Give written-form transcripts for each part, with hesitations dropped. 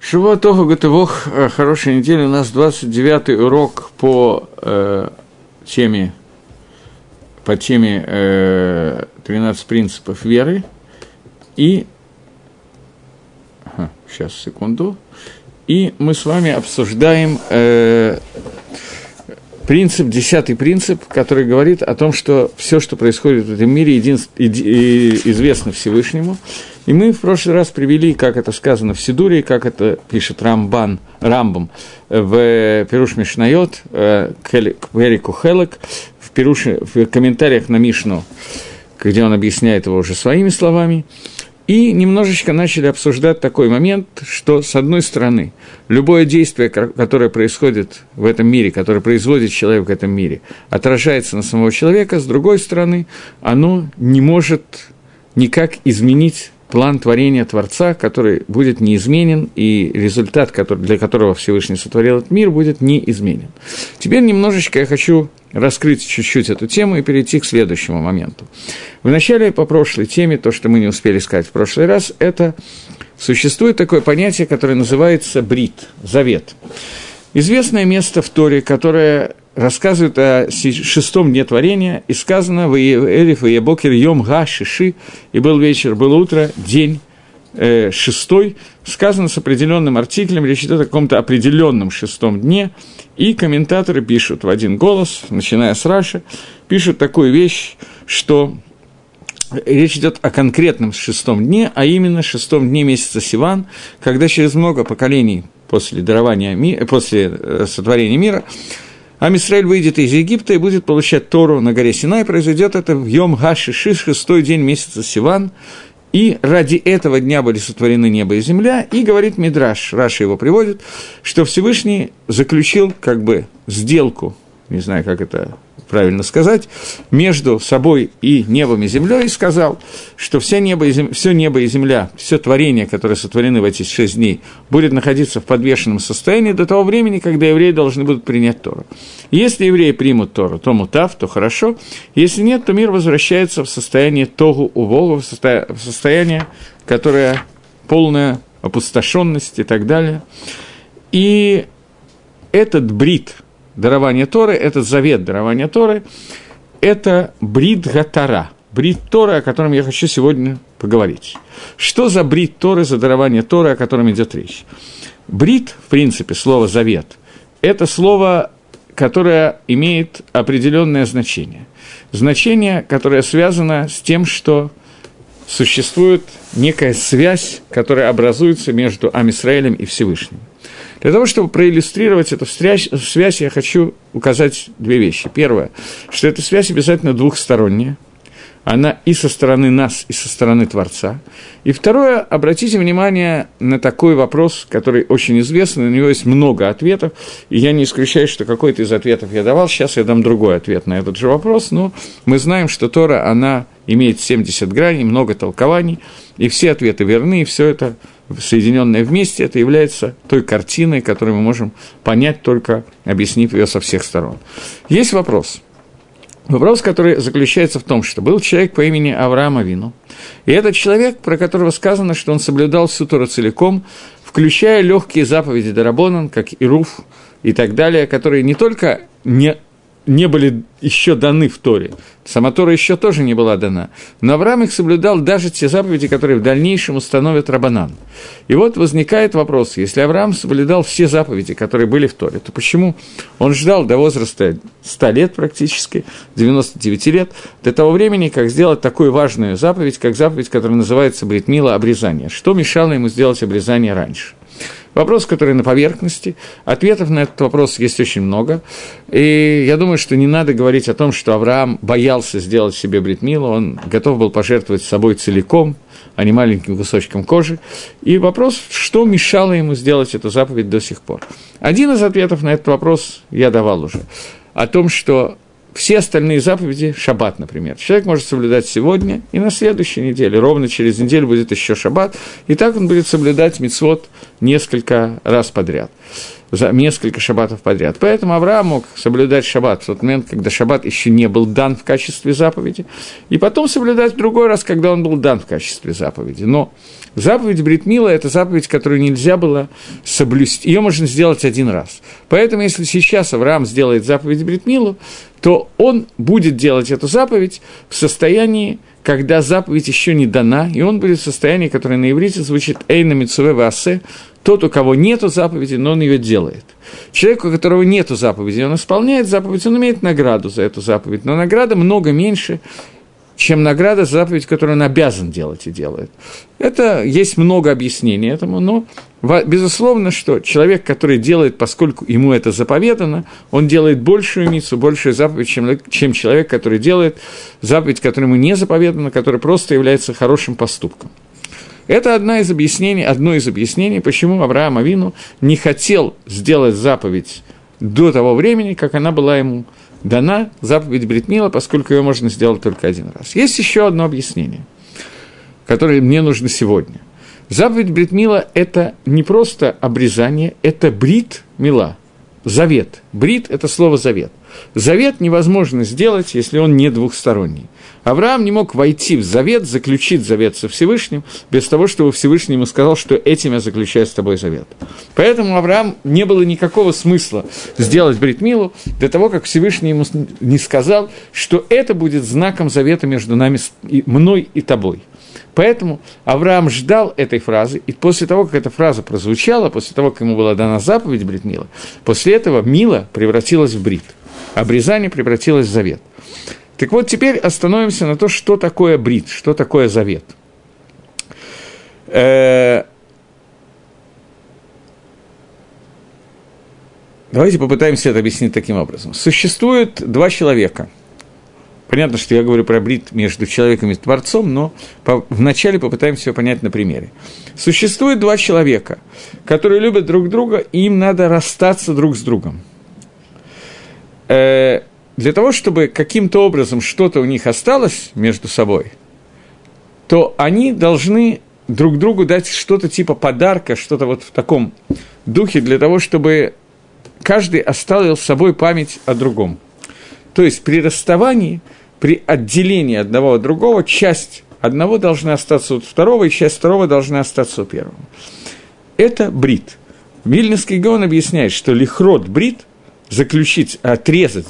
Шавуа Тов Гатывох, хорошей недели. У нас 29-й урок по теме 13 принципов веры. И, сейчас, секунду. И мы с вами обсуждаем принцип, 10-й принцип, который говорит о том, что все, что происходит в этом мире, известно Всевышнему. И мы в прошлый раз привели, как это сказано в Сидуре, как это пишет Рамбам в Пируш Мишнайот, Перику Хелек, в комментариях на Мишну, где он объясняет его уже своими словами. И немножечко начали обсуждать такой момент, что, с одной стороны, любое действие, которое происходит в этом мире, которое производит человек в этом мире, отражается на самого человека, с другой стороны, оно не может никак изменить план творения Творца, который будет неизменен, и результат, для которого Всевышний сотворил этот мир, будет неизменен. Теперь немножечко я хочу раскрыть чуть-чуть эту тему и перейти к следующему моменту. Вначале по прошлой теме, то, что мы не успели сказать в прошлый раз, это существует такое понятие, которое называется брит, завет. Известное место в Торе, которое рассказывает о шестом дне творения, и сказано «Ваевелев ваебокер йом га шиши», и был вечер, было утро, день шестой, сказано с определенным артиклем, речь идет о каком-то определенном шестом дне, и комментаторы пишут в один голос, начиная с Раши, пишут такую вещь, что речь идет о конкретном шестом дне, а именно шестом дне месяца Сиван, когда через много поколений после сотворения мира Ам Исраэль выйдет из Египта и будет получать Тору на горе Синай. Произойдет это в Йом га-Шиши, шестой день месяца Сиван. И ради этого дня были сотворены небо и земля. И говорит Мидраш, Раши его приводит, что Всевышний заключил как бы сделку, не знаю, как это правильно сказать, между собой и небом и землей, и сказал, что все небо и земля, все творение, которое сотворены в эти 6 дней, будет находиться в подвешенном состоянии до того времени, когда евреи должны будут принять Тору. Если евреи примут Тору, то мутав, то хорошо. Если нет, то мир возвращается в состояние тогу уволу, в состояние, которое полная опустошенность и так далее. И этот брит, дарование Торы, этот завет дарования Торы, это брит гатара, брит Торы, о котором я хочу сегодня поговорить. Что за брит Торы, за дарование Торы, о котором идет речь? Брит, в принципе, слово «завет», это слово, которое имеет определенное значение. Значение, которое связано с тем, что существует некая связь, которая образуется между Ам Исраэлем и Всевышним. Для того, чтобы проиллюстрировать эту связь, я хочу указать две вещи. Первое, что эта связь обязательно двухсторонняя. Она и со стороны нас, и со стороны Творца. И второе, обратите внимание на такой вопрос, который очень известный, на него есть много ответов, и я не исключаю, что какой-то из ответов я давал, сейчас я дам другой ответ на этот же вопрос, но мы знаем, что Тора, она имеет 70 граней, много толкований, и все ответы верны, и все это соединенное вместе, это является той картиной, которую мы можем понять, только объяснив ее со всех сторон. Есть вопрос. Вопрос, который заключается в том, что был человек по имени Авраам Авину, и этот человек, про которого сказано, что он соблюдал всю Тору целиком, включая легкие заповеди Дарабонан, как Ируф и так далее, которые не только не были еще даны в Торе, сама Тора еще тоже не была дана, но Авраам их соблюдал даже те заповеди, которые в дальнейшем установят Рабанан. И вот возникает вопрос, если Авраам соблюдал все заповеди, которые были в Торе, то почему он ждал до возраста 100 лет практически, 99 лет, до того времени, как сделать такую важную заповедь, как заповедь, которая называется Брит Мила, обрезание? Что мешало ему сделать обрезание раньше? Вопрос, который на поверхности. Ответов на этот вопрос есть очень много. И я думаю, что не надо говорить о том, что Авраам боялся сделать себе брит милу, он готов был пожертвовать собой целиком, а не маленьким кусочком кожи. И вопрос, что мешало ему сделать эту заповедь до сих пор. Один из ответов на этот вопрос я давал уже. О том, что все остальные заповеди, шаббат, например, человек может соблюдать сегодня и на следующей неделе, ровно через неделю будет еще шаббат, и так он будет соблюдать мицвот несколько раз подряд. за несколько шаббатов подряд. Поэтому Авраам мог соблюдать шаббат в тот момент, когда шаббат еще не был дан в качестве заповеди, и потом соблюдать в другой раз, когда он был дан в качестве заповеди. Но заповедь Брит Мила – это заповедь, которую нельзя было соблюсти, ее можно сделать один раз. Поэтому, если сейчас Авраам сделает заповедь Брит Милу, то он будет делать эту заповедь в состоянии, когда заповедь еще не дана, и он будет в состоянии, которое на иврите звучит «эйна мицуве ваасе», тот, у кого нету заповеди, но он ее делает. Человек, у которого нету заповеди, он исполняет заповедь, он имеет награду за эту заповедь, но награда много меньше, чем награда за заповедь, которую он обязан делать и делает. Это есть много объяснений этому, но безусловно, что человек, который делает, поскольку ему это заповедано, он делает большую мицву, большую заповедь, чем человек, который делает заповедь, которая ему не заповедана, которая просто является хорошим поступком. Это одно из объяснений, почему Авраам Авину не хотел сделать заповедь до того времени, как она была ему дана, заповедь Брит Мила, поскольку ее можно сделать только один раз. Есть еще одно объяснение, которое мне нужно сегодня. Заповедь Брит Мила – это не просто обрезание, это Брит Мила, завет. Брит – это слово завет. Завет невозможно сделать, если он не двухсторонний. Авраам не мог войти в завет, заключить завет со Всевышним, без того, чтобы Всевышний ему сказал, что этим я заключаю с тобой завет. Поэтому Авраам не было никакого смысла сделать Брит Милу до того, как Всевышний ему не сказал, что это будет знаком завета между нами, мной и тобой. Поэтому Авраам ждал этой фразы, и после того, как эта фраза прозвучала, после того, как ему была дана заповедь Брит Мила, после этого Мила превратилась в Брит, обрезание превратилось в завет. Так вот, теперь остановимся на то, что такое брит, что такое завет. Давайте попытаемся это объяснить таким образом. Существует два человека. Понятно, что я говорю про брит между человеком и Творцом, но вначале попытаемся понять на примере. Существует два человека, которые любят друг друга, и им надо расстаться друг с другом. Для того, чтобы каким-то образом что-то у них осталось между собой, то они должны друг другу дать что-то типа подарка, что-то вот в таком духе, для того, чтобы каждый оставил с собой память о другом. То есть при расставании, при отделении одного от другого, часть одного должна остаться у второго, и часть второго должна остаться у первого. Это брит. Вильнюсский Гаон объясняет, что лихрот брит, заключить, отрезать.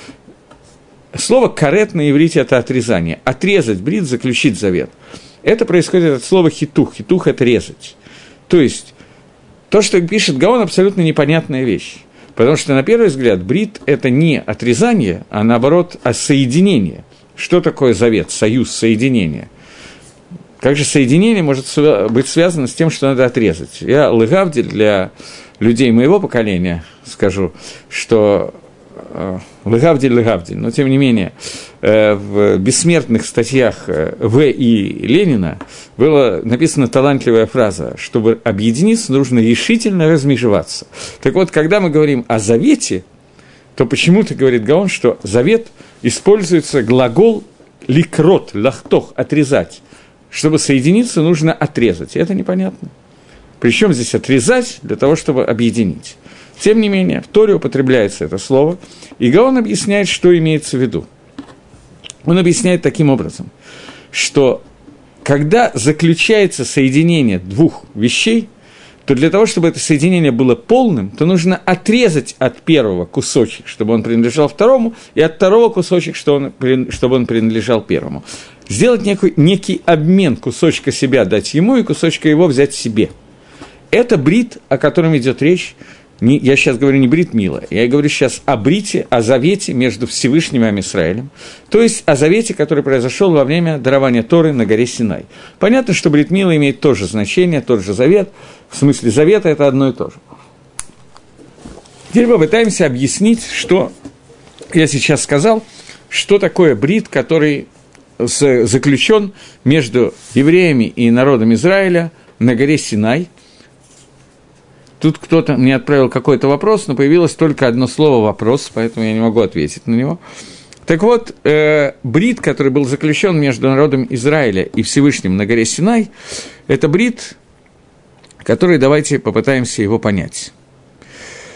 Слово «карет» на иврите – это отрезание. Отрезать брит, заключить завет. Это происходит от слова «хитух». «Хитух» – это резать. То есть, то, что пишет Гаон, абсолютно непонятная вещь. Потому что, на первый взгляд, брит – это не отрезание, а наоборот, соединение. Что такое завет? Союз, соединение. Как же соединение может быть связано с тем, что надо отрезать? Я лыгавдиль для людей моего поколения скажу, что лыгавдиль, но тем не менее в бессмертных статьях В. и Ленина была написана талантливая фраза: чтобы объединиться, нужно решительно размежеваться. Так вот, когда мы говорим о завете, то почему-то говорит Гаон, что завет используется глагол ликрот, лахтох, отрезать. Чтобы соединиться, нужно отрезать. И это непонятно. Причем здесь отрезать для того, чтобы объединить. Тем не менее, в Торе употребляется это слово, и Гаон объясняет, что имеется в виду. Он объясняет таким образом, что когда заключается соединение двух вещей, то для того, чтобы это соединение было полным, то нужно отрезать от первого кусочек, чтобы он принадлежал второму, и от второго кусочек, чтобы он принадлежал первому. Сделать некий обмен кусочка себя дать ему и кусочка его взять себе. Это брит, о котором идет речь. Я сейчас говорю не брит мила, я говорю сейчас о брите, о завете между Всевышним и Ам-Исраэлем, то есть о завете, который произошел во время дарования Торы на горе Синай. Понятно, что брит мила имеет то же значение, тот же завет, в смысле завета это одно и то же. Теперь попытаемся объяснить, что я сейчас сказал, что такое брит, который заключен между евреями и народом Израиля на горе Синай. Тут кто-то мне отправил какой-то вопрос, но появилось только одно слово «вопрос», поэтому я не могу ответить на него. Так вот, брит, который был заключен между народом Израиля и Всевышним на горе Синай, это брит, который, давайте попытаемся его понять.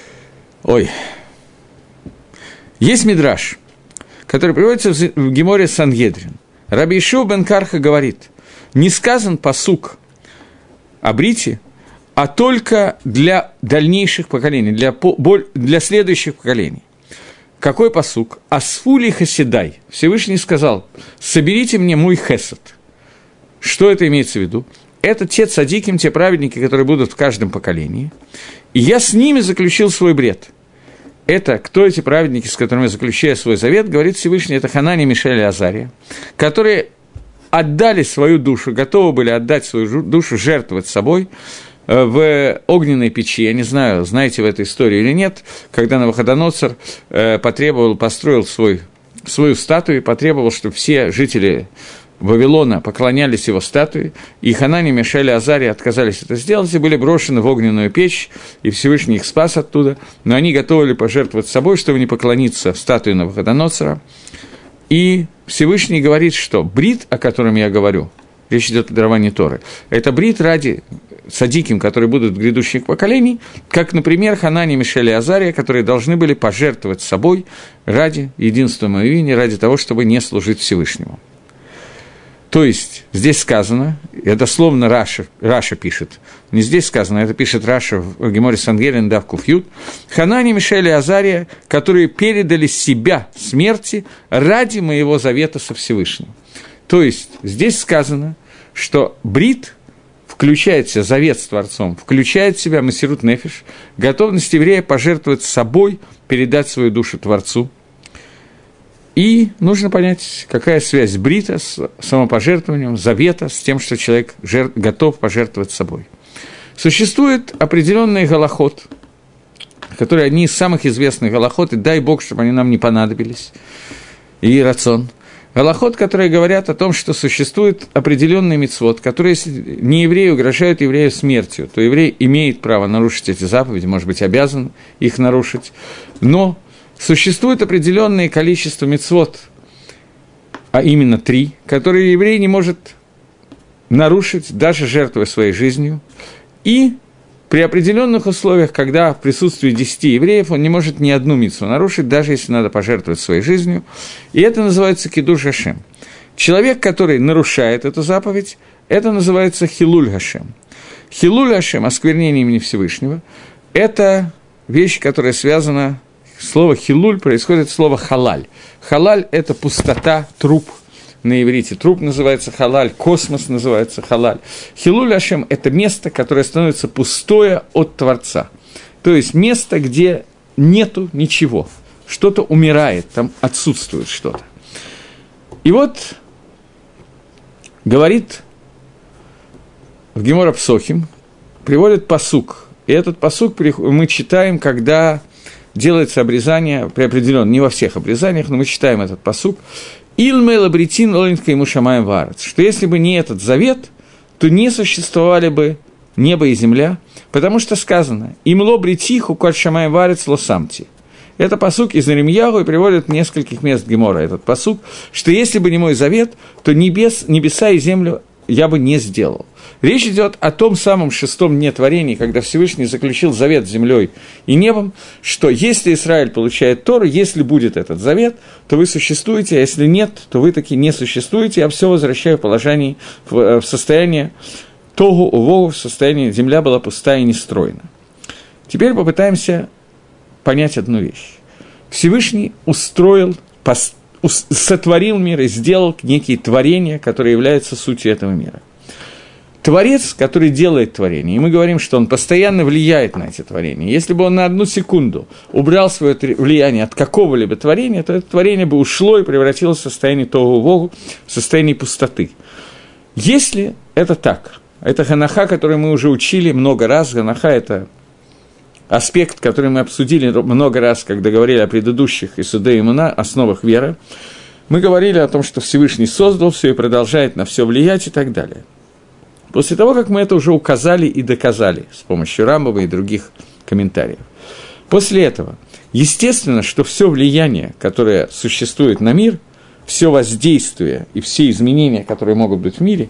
Есть мидраш, который приводится в Геморе Сангедрин. Раби Йешуа бен Карха говорит, не сказан пасук о брите, а только для дальнейших поколений, для следующих поколений. Какой пасук? «Асфули хасидай». Всевышний сказал, «Соберите мне мой хесед». Что это имеется в виду? Это те цадиким, те праведники, которые будут в каждом поколении. И я с ними заключил свой брет. Это кто эти праведники, с которыми я заключаю свой завет, говорит Всевышний, это Ханани, Мишель и Азария, которые отдали свою душу, готовы были отдать свою душу, жертвовать собой в огненной печи. Я не знаю, знаете вы эту историю или нет, когда Навуходоносор построил свою статую и потребовал, чтобы все жители Вавилона поклонялись его статуе, и Ханани, Мишель и Азария отказались это сделать, и были брошены в огненную печь, и Всевышний их спас оттуда, но они готовы были пожертвовать собой, чтобы не поклониться статуе Навуходоносора. И Всевышний говорит, что брит, о котором я говорю, речь идет о даровании Торы, это брит ради садиким, которые будут в грядущих поколений, как, например, Ханани, Мишель и Азария, которые должны были пожертвовать собой ради единства моего имени, ради того, чтобы не служить Всевышнему. То есть, здесь сказано, это дословно Раша пишет, не здесь сказано, это пишет Раша в Геморе Сангедрин, Дав Куф Юд, Ханани, Мишель и Азария, которые передали себя смерти ради моего завета со Всевышним. То есть, здесь сказано, что брит включает в себя завет с Творцом, включает в себя месирут нефиш, готовность еврея пожертвовать собой, передать свою душу Творцу. И нужно понять, какая связь брита с самопожертвованием, завета, с тем, что человек готов пожертвовать собой. Существует определенный галахот, которые одни из самых известных галахот, и дай Бог, чтобы они нам не понадобились, и рацион. Галахот, которые говорят о том, что существует определенный мицвот, которые, если не евреи угрожают еврею смертью, то еврей имеет право нарушить эти заповеди, может быть, обязан их нарушить, но существует определенное количество мицвот, а именно 3, которые еврей не может нарушить, даже жертвуя своей жизнью, и при определенных условиях, когда в присутствии 10 евреев он не может ни одну мицву нарушить, даже если надо пожертвовать своей жизнью, и это называется кидуш Гашем. Человек, который нарушает эту заповедь, это называется хилуль Гашем. Хилуль Гашем, осквернение имени Всевышнего, это вещь, которая связана. Слово «хилуль» происходит от слова «халаль». «Халаль» – это пустота, труп на иврите. Труп называется «халаль», космос называется «халаль». «Хилуль Ашем» – это место, которое становится пустое от Творца. То есть место, где нету ничего, что-то умирает, там отсутствует что-то. И вот говорит в Гемора Псохим, приводит пасук. И этот пасук мы читаем, когда делается обрезание при определенном, не во всех обрезаниях, но мы читаем этот пасук, «Илмэ лабритин олинка ему шамаем варец», что если бы не этот завет, то не существовали бы небо и земля, потому что сказано «Имло бритиху коль шамаем варец лосамти». Это пасук из Иеремьяху и приводит в нескольких мест Гемора этот пасук, что если бы не мой завет, то небеса и землю я бы не сделал. Речь идет о том самом шестом дне творения, когда Всевышний заключил завет с землей и небом, что если Израиль получает Тору, если будет этот завет, то вы существуете, а если нет, то вы таки не существуете. Я все возвращаю в состояние тогу увогу, в состоянии земля была пустая и нестроена. Теперь попытаемся понять одну вещь. Всевышний сотворил мир и сделал некие творения, которые являются сутью этого мира. Творец, который делает творение, и мы говорим, что он постоянно влияет на эти творения. Если бы он на одну секунду убрал свое влияние от какого-либо творения, то это творение бы ушло и превратилось в состояние тогу-вогу, в состояние пустоты. Если это так, это ганаха, который мы уже учили много раз, ганаха – это аспект, который мы обсудили много раз, когда говорили о предыдущих Исудей Эмуна, основах веры. Мы говорили о том, что Всевышний создал все и продолжает на все влиять и так далее. После того, как мы это уже указали и доказали с помощью Рамбова и других комментариев, после этого, естественно, что все влияние, которое существует на мир, все воздействие и все изменения, которые могут быть в мире,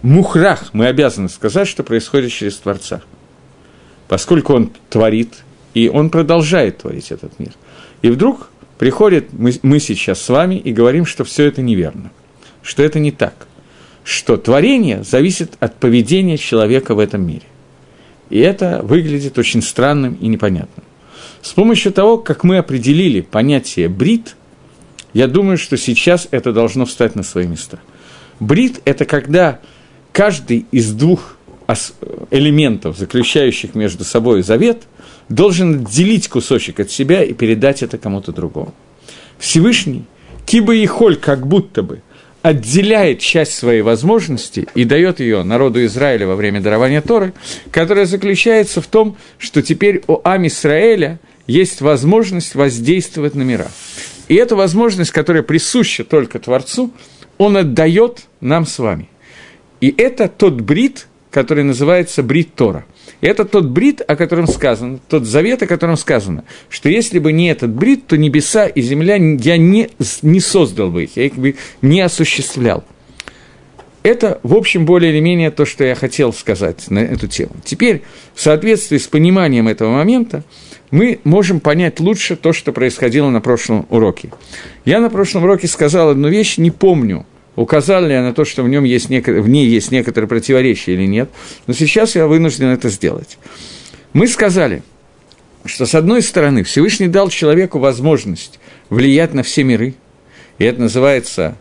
мухрах, мы обязаны сказать, что происходит через Творца. Поскольку он творит, и он продолжает творить этот мир. И вдруг приходит мы сейчас с вами и говорим, что все это неверно, что это не так, что творение зависит от поведения человека в этом мире. И это выглядит очень странным и непонятным. С помощью того, как мы определили понятие «брит», я думаю, что сейчас это должно встать на свои места. Брит – это когда каждый из двух элементов, заключающих между собой завет, должен отделить кусочек от себя и передать это кому-то другому. Всевышний, киба и холь, как будто бы, отделяет часть своей возможности и дает ее народу Израиля во время дарования Торы, которая заключается в том, что теперь у Ам Исраэля есть возможность воздействовать на мира. И эту возможность, которая присуща только Творцу, он отдает нам с вами. И это тот брит, который называется брит Тора. И это тот брит, о котором сказано, тот завет, о котором сказано, что если бы не этот брит, то небеса и земля я не создал бы их, я их бы не осуществлял. Это, в общем, более или менее то, что я хотел сказать на эту тему. Теперь, в соответствии с пониманием этого момента, мы можем понять лучше то, что происходило на прошлом уроке. Я на прошлом уроке сказал одну вещь, не помню, указал ли я на то, что в ней есть некоторые противоречия или нет, но сейчас я вынужден это сделать. Мы сказали, что, с одной стороны, Всевышний дал человеку возможность влиять на все миры, и это называется,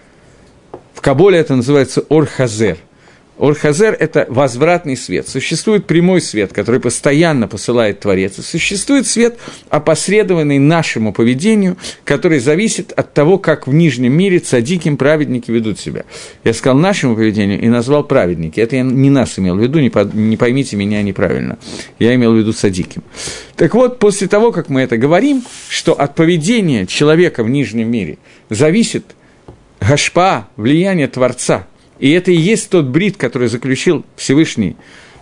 в Каболе это называется Ор-Хазер. Ор-Хазер – это возвратный свет. Существует прямой свет, который постоянно посылает Творец, и существует свет, опосредованный нашему поведению, который зависит от того, как в нижнем мире цадиким праведники ведут себя. Я сказал нашему поведению и назвал праведники. Это я не нас имел в виду, не поймите меня неправильно. Я имел в виду цадиким. Так вот, после того, как мы это говорим, что от поведения человека в нижнем мире зависит гашпа, влияние Творца, и это и есть тот брит, который заключил Всевышний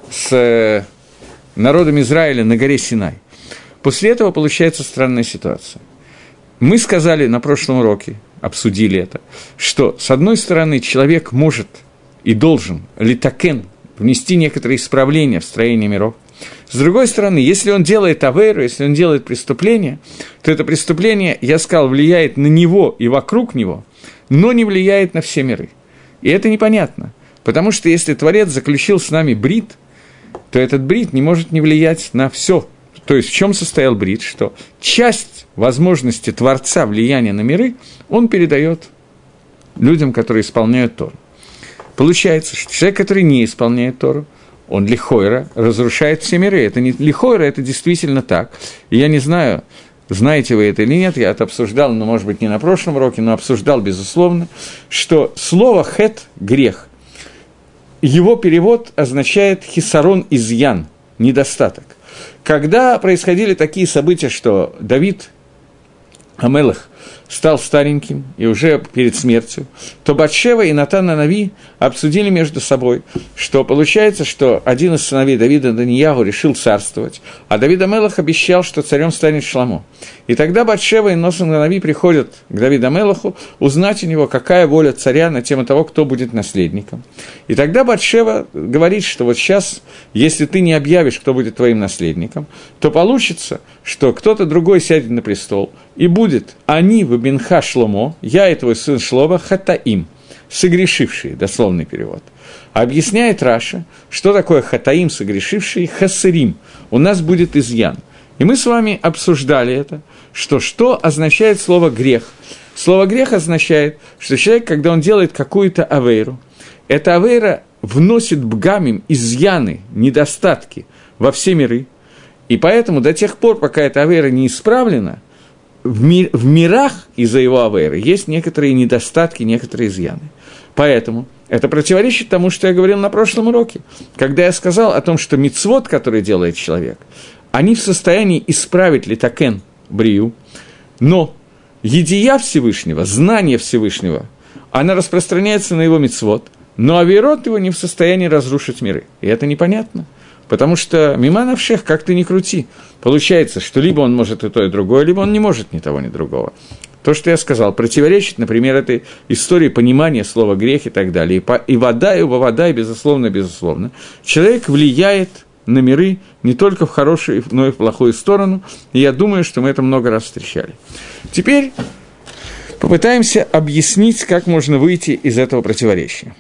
с народом Израиля на горе Синай. После этого получается странная ситуация. Мы сказали на прошлом уроке, обсудили это, что, с одной стороны, человек может и должен литакен внести некоторые исправления в строение миров. С другой стороны, если он делает авейру, если он делает преступление, то это преступление, я сказал, влияет на него и вокруг него, но не влияет на все миры. И это непонятно, потому что если Творец заключил с нами брит, то этот брит не может не влиять на все. То есть в чем состоял брит? Что часть возможности Творца влияния на миры он передает людям, которые исполняют Тору. Получается, что человек, который не исполняет Тору, он лихойра разрушает все миры. Это не лихойра, это действительно так. И я не знаю, знаете вы это или нет, я это обсуждал, но, может быть, не на прошлом уроке, но обсуждал, безусловно, что слово «хет» – грех. Его перевод означает «хисарон изъян» – недостаток. Когда происходили такие события, что Давид Амелах стал стареньким и уже перед смертью, то Батшева и Натан Анави обсудили между собой, что получается, что один из сыновей Давида, Даниягу, решил царствовать, а Давид Амелах обещал, что царем станет Шломо. И тогда Батшева и Натан Анави приходят к Давиду Амелаху узнать у него, какая воля царя на тему того, кто будет наследником. И тогда Батшева говорит, что вот сейчас, если ты не объявишь, кто будет твоим наследником, то получится, что кто-то другой сядет на престол, и будет «они в бенха Шломо», я и твой сын Шломо, хатаим, согрешившие, дословный перевод. Объясняет Раша, что такое хатаим, согрешившие, хасырим, у нас будет изъян. И мы с вами обсуждали это, что означает слово «грех». Слово «грех» означает, что человек, когда он делает какую-то авейру, эта авейра вносит бгамим, изъяны, недостатки во все миры, и поэтому до тех пор, пока эта авейра не исправлена, в мирах из-за его авейры есть некоторые недостатки, некоторые изъяны. Поэтому это противоречит тому, что я говорил на прошлом уроке, когда я сказал о том, что мицвот, который делает человек, они в состоянии исправить литакен брию, но едия Всевышнего, знание Всевышнего, она распространяется на его мицвот, но авейрот его не в состоянии разрушить миры. И это непонятно. Потому что мима навшех, как ты ни крути, получается, что либо он может и то, и другое, либо он не может ни того, ни другого. То, что я сказал, противоречит, например, этой истории понимания слова «грех» и так далее. И вода, безусловно, безусловно. Человек влияет на миры, не только в хорошую, но и в плохую сторону. И я думаю, что мы это много раз встречали. Теперь попытаемся объяснить, как можно выйти из этого противоречия.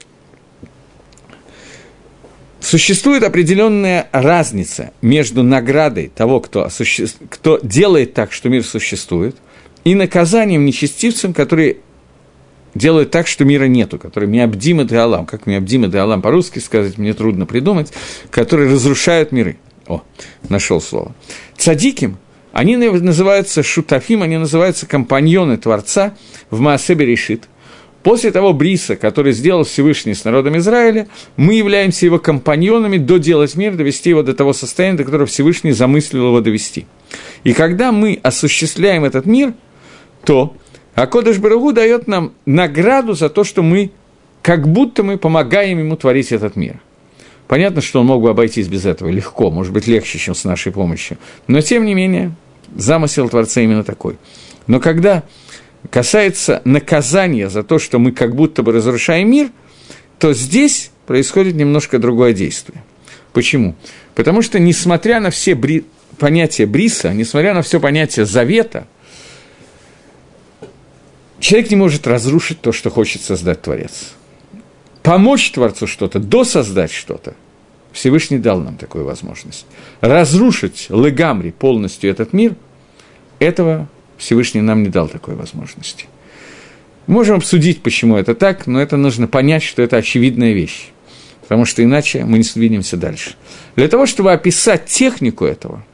Существует определенная разница между наградой того, кто делает так, что мир существует, и наказанием нечестивцам, которые делают так, что мира нету, которые миабдима де алам, как миабдима де алам по-русски сказать, мне трудно придумать, которые разрушают миры. О, нашел слово. Цадиким, они называются шутафим, они называются компаньоны Творца в Маасе Берешит. После того бриса, который сделал Всевышний с народом Израиля, мы являемся его компаньонами доделать мир, довести его до того состояния, до которого Всевышний замыслил его довести. И когда мы осуществляем этот мир, то Акодыш Барух Ху дает нам награду за то, что мы, как будто мы помогаем ему творить этот мир. Понятно, что он мог бы обойтись без этого легко, может быть, легче, чем с нашей помощью. Но, тем не менее, замысел Творца именно такой. Но когда касается наказания за то, что мы как будто бы разрушаем мир, то здесь происходит немножко другое действие. Почему? Потому что, несмотря на все понятия бриса, несмотря на все понятие завета, человек не может разрушить то, что хочет создать Творец. Помочь Творцу что-то, досоздать что-то, Всевышний дал нам такую возможность. Разрушить легамри полностью этот мир, этого Всевышний нам не дал такой возможности. Можем обсудить, почему это так, но это нужно понять, что это очевидная вещь, потому что иначе мы не двинемся дальше. Для того, чтобы описать технику этого,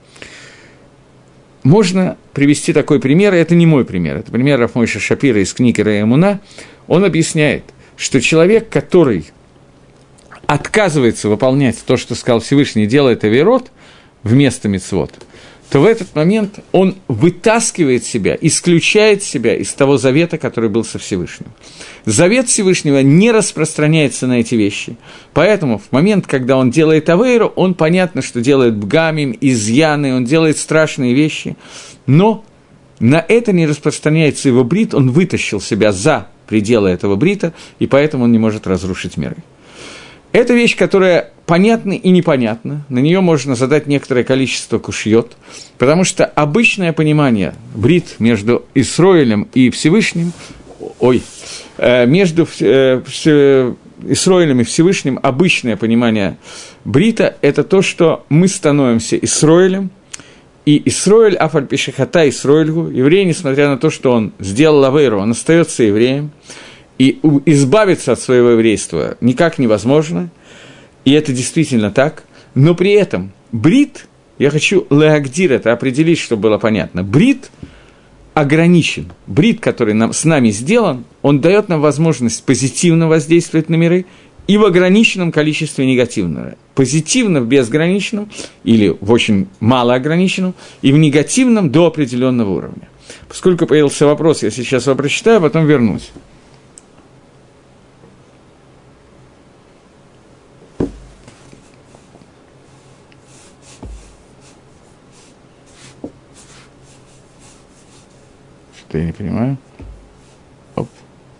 можно привести такой пример, и это не мой пример, это пример Рав Мойше Шапира из книги Рей Эмуна. Он объясняет, что человек, который отказывается выполнять то, что сказал Всевышний, делает авейрот вместо мицвот, то в этот момент он вытаскивает себя, исключает себя из того завета, который был со Всевышним. Завет Всевышнего не распространяется на эти вещи. Поэтому в момент, когда он делает авейру, он понятно, что делает бгамим, изъяны, он делает страшные вещи, но на это не распространяется его брит, он вытащил себя за пределы этого брита, и поэтому он не может разрушить миры. Это вещь, которая понятна и непонятна, на нее можно задать некоторое количество кушьёт, потому что обычное понимание брит между Исроилем и Всевышним, между Исроилем и Всевышним обычное понимание брита – это то, что мы становимся Исроилем, и Исроиль, афаль пишехата Исроильгу, еврей, несмотря на то, что он сделал авейру, он остается евреем, и избавиться от своего еврейства никак невозможно, и это действительно так, но при этом брит, я хочу леагдир это определить, чтобы было понятно, брит ограничен, брит, который с нами сделан, он дает нам возможность позитивно воздействовать на миры и в ограниченном количестве негативного, позитивно в безграничном или в очень малоограниченном, и в негативном до определенного уровня. Поскольку появился вопрос, я сейчас его прочитаю, а потом вернусь. Что я не понимаю? Оп.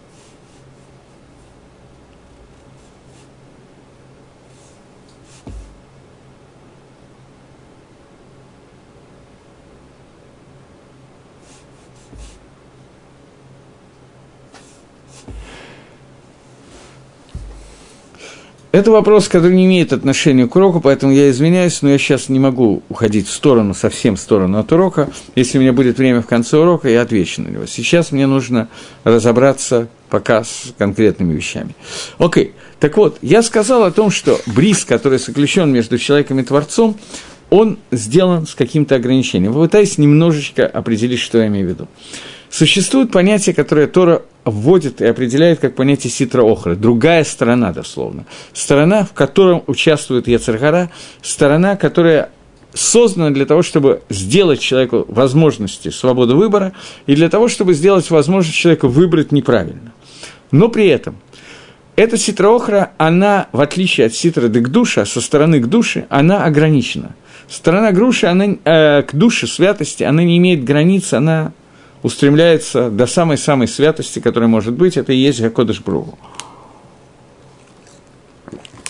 Это вопрос, который не имеет отношения к уроку, поэтому я извиняюсь, но я сейчас не могу уходить в сторону, совсем в сторону от урока. Если у меня будет время в конце урока, я отвечу на него. Сейчас мне нужно разобраться пока с конкретными вещами. Окей, так вот, я сказал о том, что бриз, который заключен между человеком и Творцом, он сделан с каким-то ограничением. Попытаюсь немножечко определить, что я имею в виду. Существует понятие, которое Тора вводит и определяет как понятие ситра-охра, другая сторона, дословно. Сторона, в которой участвует Йецер Гара, сторона, которая создана для того, чтобы сделать человеку возможности свободы выбора и для того, чтобы сделать возможность человеку выбрать неправильно. Но при этом эта ситра-охра, она, в отличие от ситра де Гдуша, со стороны Гдуши, она ограничена. Сторона Гдуши, она, к душе, святости, она не имеет границ, она устремляется до самой-самой святости, которая может быть, это и есть Акодыш Барух Ху.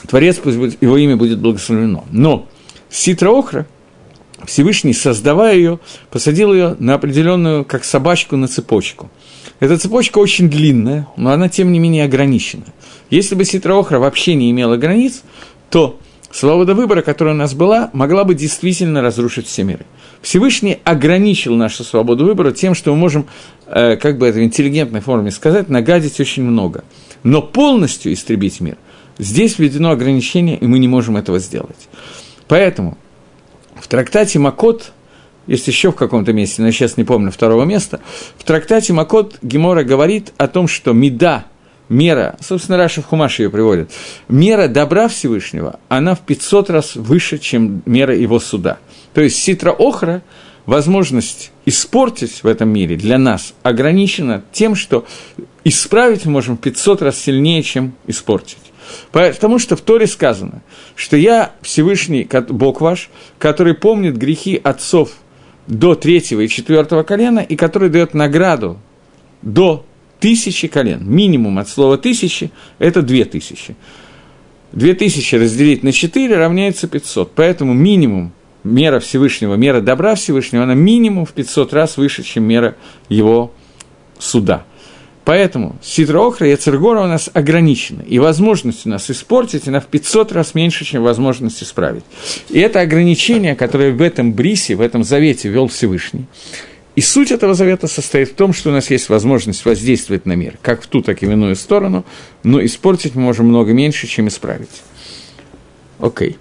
Творец, пусть будет, его имя будет благословено. Но ситра охра, Всевышний, создавая ее, посадил ее на определенную, как собачку, на цепочку. Эта цепочка очень длинная, но она, тем не менее, ограничена. Если бы ситра охра вообще не имела границ, то свобода выбора, которая у нас была, могла бы действительно разрушить все миры. Всевышний ограничил нашу свободу выбора тем, что мы можем, как бы это в интеллигентной форме сказать, нагадить очень много. Но полностью истребить мир, здесь введено ограничение, и мы не можем этого сделать. Поэтому в трактате Макот, есть еще в каком-то месте, но я сейчас не помню второго места, в трактате Макот Гемора говорит о том, что мида, мера, собственно, Раши в Хумаше ее приводит, мера добра Всевышнего, она в 500 раз выше, чем мера его суда. То есть ситра охра, возможность испортить в этом мире для нас ограничена тем, что исправить мы можем в 500 раз сильнее, чем испортить. Потому что в Торе сказано, что я Всевышний Бог ваш, который помнит грехи отцов до 3-го и 4-го колена, и который дает награду до 1000 колен. Минимум от слова 1000 – это 2000. 2000 разделить на 4 равняется 500. Поэтому минимум мера Всевышнего, мера добра Всевышнего, она минимум в 500 раз выше, чем мера его суда. Поэтому ситра охра и яцер гора у нас ограничены, и возможность у нас испортить, она в 500 раз меньше, чем возможность исправить. И это ограничение, которое в этом брисе, в этом завете ввел Всевышний. И суть этого завета состоит в том, что у нас есть возможность воздействовать на мир, как в ту, так и в иную сторону, но испортить мы можем много меньше, чем исправить. Окей.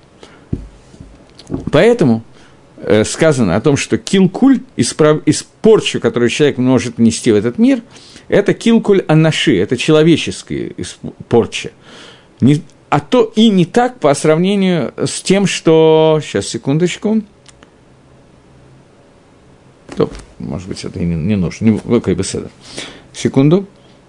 Поэтому сказано о том, что килкуль, испорчу, которую человек может нести в этот мир, это килкуль анаши, это человеческая порча. А то и не так по сравнению с тем, что... Сейчас, секундочку. Стоп, может быть, это и не нужно. Окей, беседа. Секунду.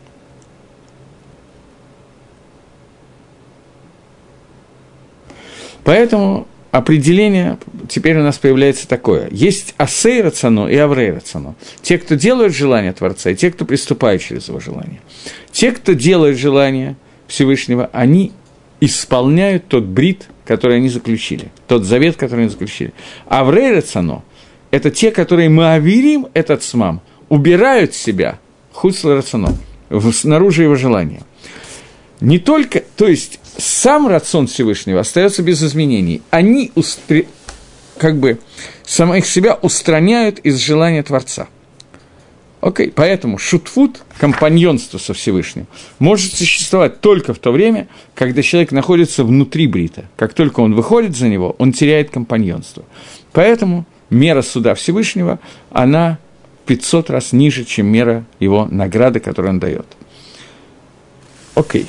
Поэтому определение теперь у нас появляется такое. Есть асей рацано и аврей рацано. Те, кто делают желание Творца, и те, кто приступает через его желание. Те, кто делает желание Всевышнего, они исполняют тот брит, который они заключили, тот завет, который они заключили. Аврей рацано – это те, которые мааверим этот смам, убирают себя, хуцла рацано, снаружи его желания. Не только, то есть сам рацион Всевышнего остается без изменений. Они как бы самих себя устраняют из желания Творца. Окей, поэтому шутфут, компаньонство со Всевышним, может существовать только в то время, когда человек находится внутри брита. Как только он выходит за него, он теряет компаньонство. Поэтому мера суда Всевышнего, она 500 раз ниже, чем мера его награды, которую он дает. Окей.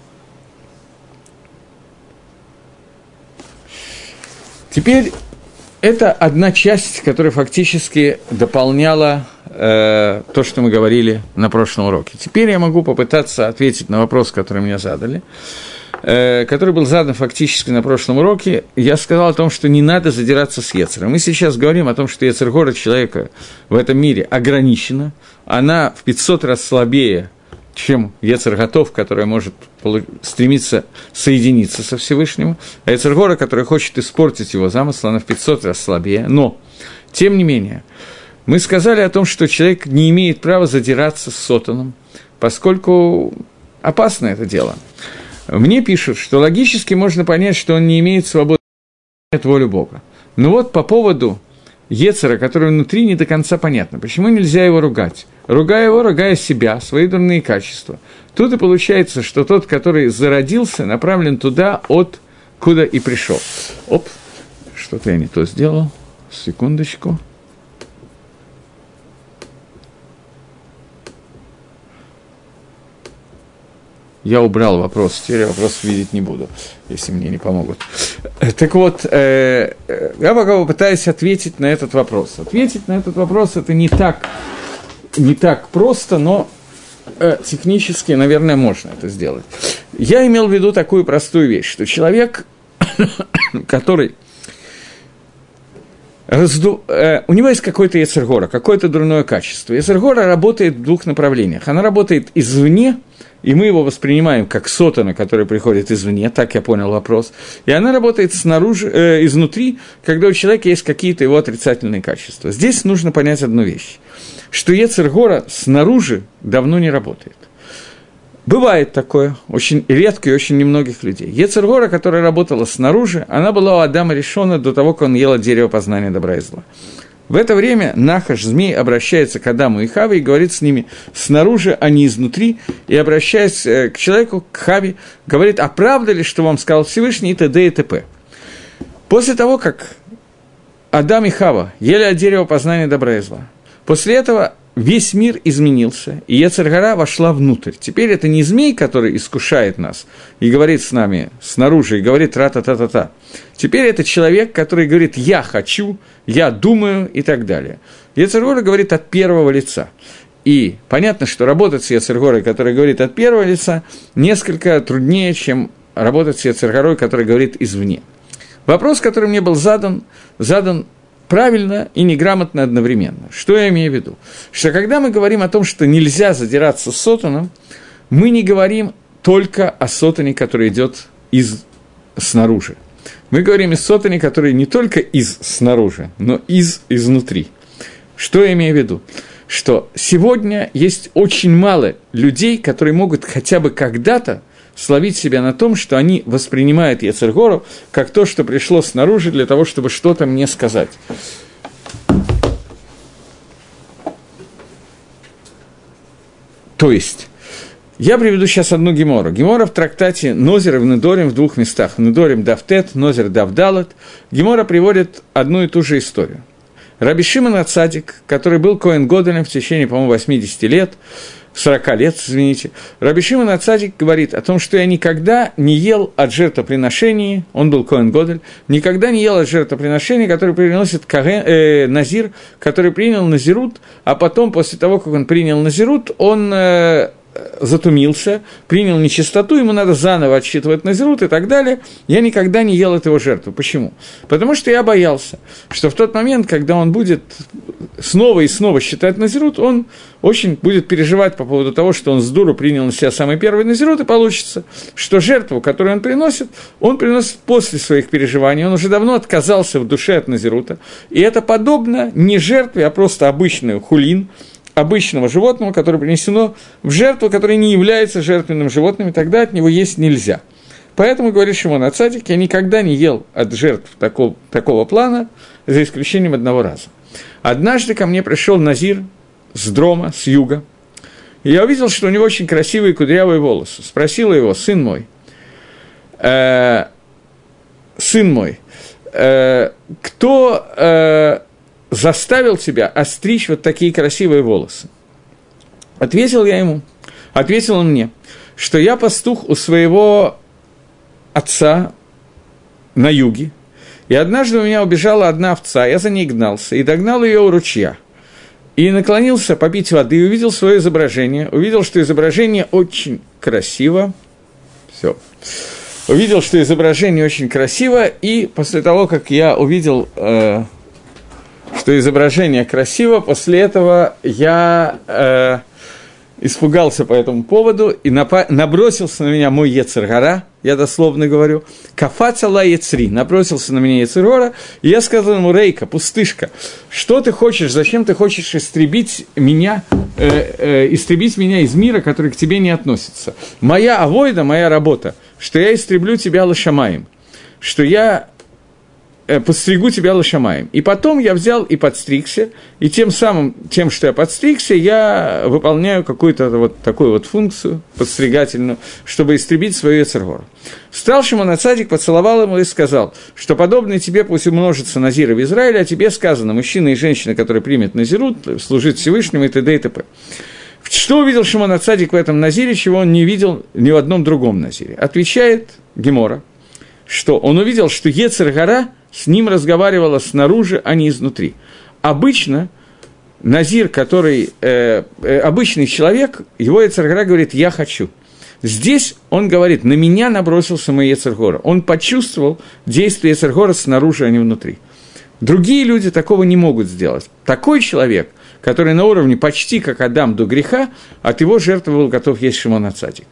Теперь это одна часть, которая фактически дополняла то, что мы говорили на прошлом уроке. Теперь я могу попытаться ответить на вопрос, который мне задали, который был задан фактически на прошлом уроке. Я сказал о том, что не надо задираться с Ецером. Мы сейчас говорим о том, что Ецер гора человека в этом мире ограничена, она в 500 раз слабее, чем Ецер готов, который может стремиться соединиться со Всевышним, а Ецер гора, который хочет испортить его замысл, она в 500 раз слабее. Но, тем не менее, мы сказали о том, что человек не имеет права задираться с сотаном, поскольку опасно это дело. Мне пишут, что логически можно понять, что он не имеет свободы от воли Бога. Но вот по поводу Ецера, который внутри, не до конца понятно. Почему нельзя его ругать? Ругая его, ругая себя, свои дурные качества. Тут и получается, что тот, который зародился, направлен туда, откуда и пришел. Оп, что-то я не то сделал. Секундочку. Я убрал вопрос, теперь я вопрос видеть не буду, если мне не помогут. Так вот, я пока попытаюсь ответить на этот вопрос. Ответить на этот вопрос – это не так просто, но технически, наверное, можно это сделать. Я имел в виду такую простую вещь, что человек, который... у него есть какой-то ецер гора, какое-то дурное качество. Ецер гора работает в двух направлениях. Она работает извне, и мы его воспринимаем как сотана, который приходит извне, так я понял вопрос, и она работает снаружи, изнутри, когда у человека есть какие-то его отрицательные качества. Здесь нужно понять одну вещь, что Йецер Гора снаружи давно не работает. Бывает такое, очень редко и очень немногих людей. Йецер Гора, которая работала снаружи, она была у Адама Ришона до того, как он ел от дерева познания добра и зла. В это время Нахаш, змей, обращается к Адаму и Хаве и говорит с ними снаружи, а не изнутри, и, обращаясь к человеку, к Хаве, говорит, а правда ли, что вам сказал Всевышний, и т.д. и т.п. После того, как Адам и Хава ели от дерева познания добра и зла, после этого весь мир изменился, и Йецер Гора вошла внутрь. Теперь это не змей, который искушает нас и говорит с нами снаружи, и говорит тра-та-та-та-та. Теперь это человек, который говорит «я хочу», «я думаю» и так далее. Йецер Гора говорит от первого лица. И понятно, что работать с Йецер Горой, который говорит от первого лица, несколько труднее, чем работать с Йецер Горой, который говорит извне. Вопрос, который мне был задан правильно и неграмотно одновременно. Что я имею в виду? Что когда мы говорим о том, что нельзя задираться с сотаном, мы не говорим только о сотане, который идет снаружи. Мы говорим о сотане, который не только снаружи, но изнутри. Что я имею в виду? Что сегодня есть очень мало людей, которые могут хотя бы когда-то словить себя на том, что они воспринимают Йецер Гору как то, что пришло снаружи для того, чтобы что-то мне сказать. То есть, я приведу сейчас одну гемору. Гемора в трактате Нозер и в Недорим в двух местах. В Недорим Давтет, Нозер Давдалет. Гемора приводит одну и ту же историю. Раби Шимон ха-Цадик, который был Коэн Гадолем в течение, по-моему, 80 лет, 40 лет, извините, Раби Шимон ха-Цадик говорит о том, что я никогда не ел от жертвоприношений, он был Коэн Гадоль, никогда не ел от жертвоприношений, которые приносит Назир, который принял Назирут, а потом, после того, как он принял Назирут, он затумился, принял нечистоту, ему надо заново отсчитывать Назирут и так далее. Я никогда не ел от его жертвы. Почему? Потому что я боялся, что в тот момент, когда он будет снова и снова считать Назирут, он очень будет переживать по поводу того, что он с дуру принял на себя самый первый Назирут, и получится, что жертву, которую он приносит после своих переживаний, он уже давно отказался в душе от Назирута, и это подобно не жертве, а просто обычную хулин, обычного животного, которое принесено в жертву, которое не является жертвенным животным, и тогда от него есть нельзя. Поэтому, говорит Шимон ха-Цадик, я никогда не ел от жертв такого плана, за исключением одного раза. Однажды ко мне пришел Назир с Дрома, с юга, и я увидел, что у него очень красивые кудрявые волосы. Спросила его, сын мой, кто заставил тебя остричь вот такие красивые волосы? Ответил он мне, что я пастух у своего отца на юге, и однажды у меня убежала одна овца, я за ней гнался, и догнал ее у ручья, и наклонился попить воды, и увидел свое изображение, увидел, что изображение очень красиво, и после того, как я увидел что изображение красиво, после этого я испугался по этому поводу, и набросился на меня мой Йецер Гора, я дословно говорю, «Кафаца ла Йецри», набросился на меня Йецер Гора, и я сказал ему, «Рейка, пустышка, что ты хочешь, зачем ты хочешь истребить меня из мира, который к тебе не относится? Моя авойда, моя работа, что я истреблю тебя лошамаем, что я подстригу тебя лошамаем». И потом я взял и подстригся, и тем, что я подстригся, я выполняю какую-то вот такую вот функцию подстригательную, чтобы истребить свою Йецер Гору. Встал Шимон ха-Цадик, поцеловал ему и сказал, что подобное тебе пусть умножится назиры в Израиле, а тебе сказано, мужчина и женщина, которые примет назирут, служить Всевышнему и т.д. и т.п. Что увидел Шимон ха-Цадик в этом назире, чего он не видел ни в одном другом назире? Отвечает Гемора, что он увидел, что Йецер Гора с ним разговаривала снаружи, а не изнутри. Обычно назир, который обычный человек, его Йецер Гора говорит «я хочу». Здесь он говорит «на меня набросился мой Йецер Гора». Он почувствовал действие Йецер Гора снаружи, а не внутри. Другие люди такого не могут сделать. Такой человек, который на уровне почти как Адам до греха, от его жертвы был готов есть Шимон ха-Цадик.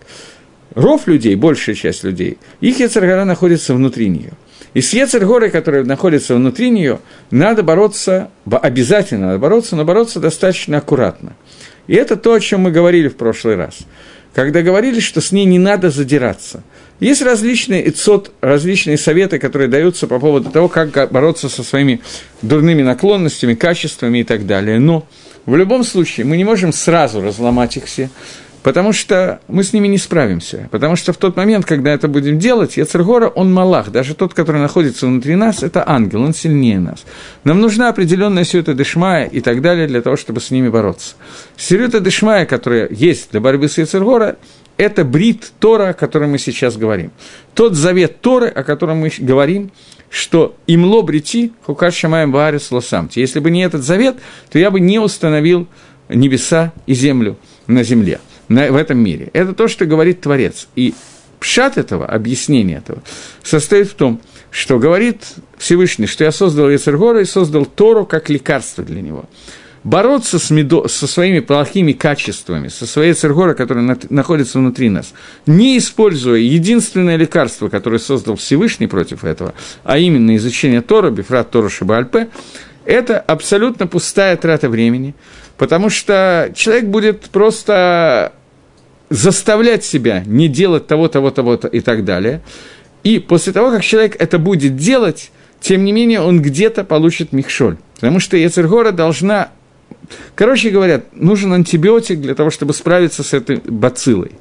Ров людей, большая часть людей, их Йецер гара находится внутри нее. И с Йецер горой, которая находится внутри нее, надо бороться, обязательно надо бороться, но бороться достаточно аккуратно. И это то, о чем мы говорили в прошлый раз, когда говорили, что с ней не надо задираться. Есть различные различные советы, которые даются по поводу того, как бороться со своими дурными наклонностями, качествами и так далее. Но в любом случае мы не можем сразу разломать их все, потому что мы с ними не справимся. Потому что в тот момент, когда это будем делать, Йецер гора, он малах, даже тот, который находится внутри нас, это ангел, он сильнее нас. Нам нужна определенная сиюта дешмая и так далее для того, чтобы с ними бороться. Сиюта дешмая, которая есть для борьбы с Йецер гора, это брит Тора, о котором мы сейчас говорим. Тот завет Торы, о котором мы говорим, что имло брити хукат шамаем баарец лосамти. Если бы не этот завет, то я бы не установил небеса и землю на земле, в этом мире. Это то, что говорит Творец. И пшат этого, объяснение этого, состоит в том, что говорит Всевышний, что я создал Йецер гора и создал Тору как лекарство для него. Бороться со своими плохими качествами, со своей Йецер гора, которая находится внутри нас, не используя единственное лекарство, которое создал Всевышний против этого, а именно изучение Торы, бифрат Тора шебааль-пе, это абсолютно пустая трата времени, потому что человек будет просто заставлять себя не делать того и так далее. И после того, как человек это будет делать, тем не менее он где-то получит михшоль, потому что Йецер гора должна... Короче говоря, нужен антибиотик для того, чтобы справиться с этой бациллой.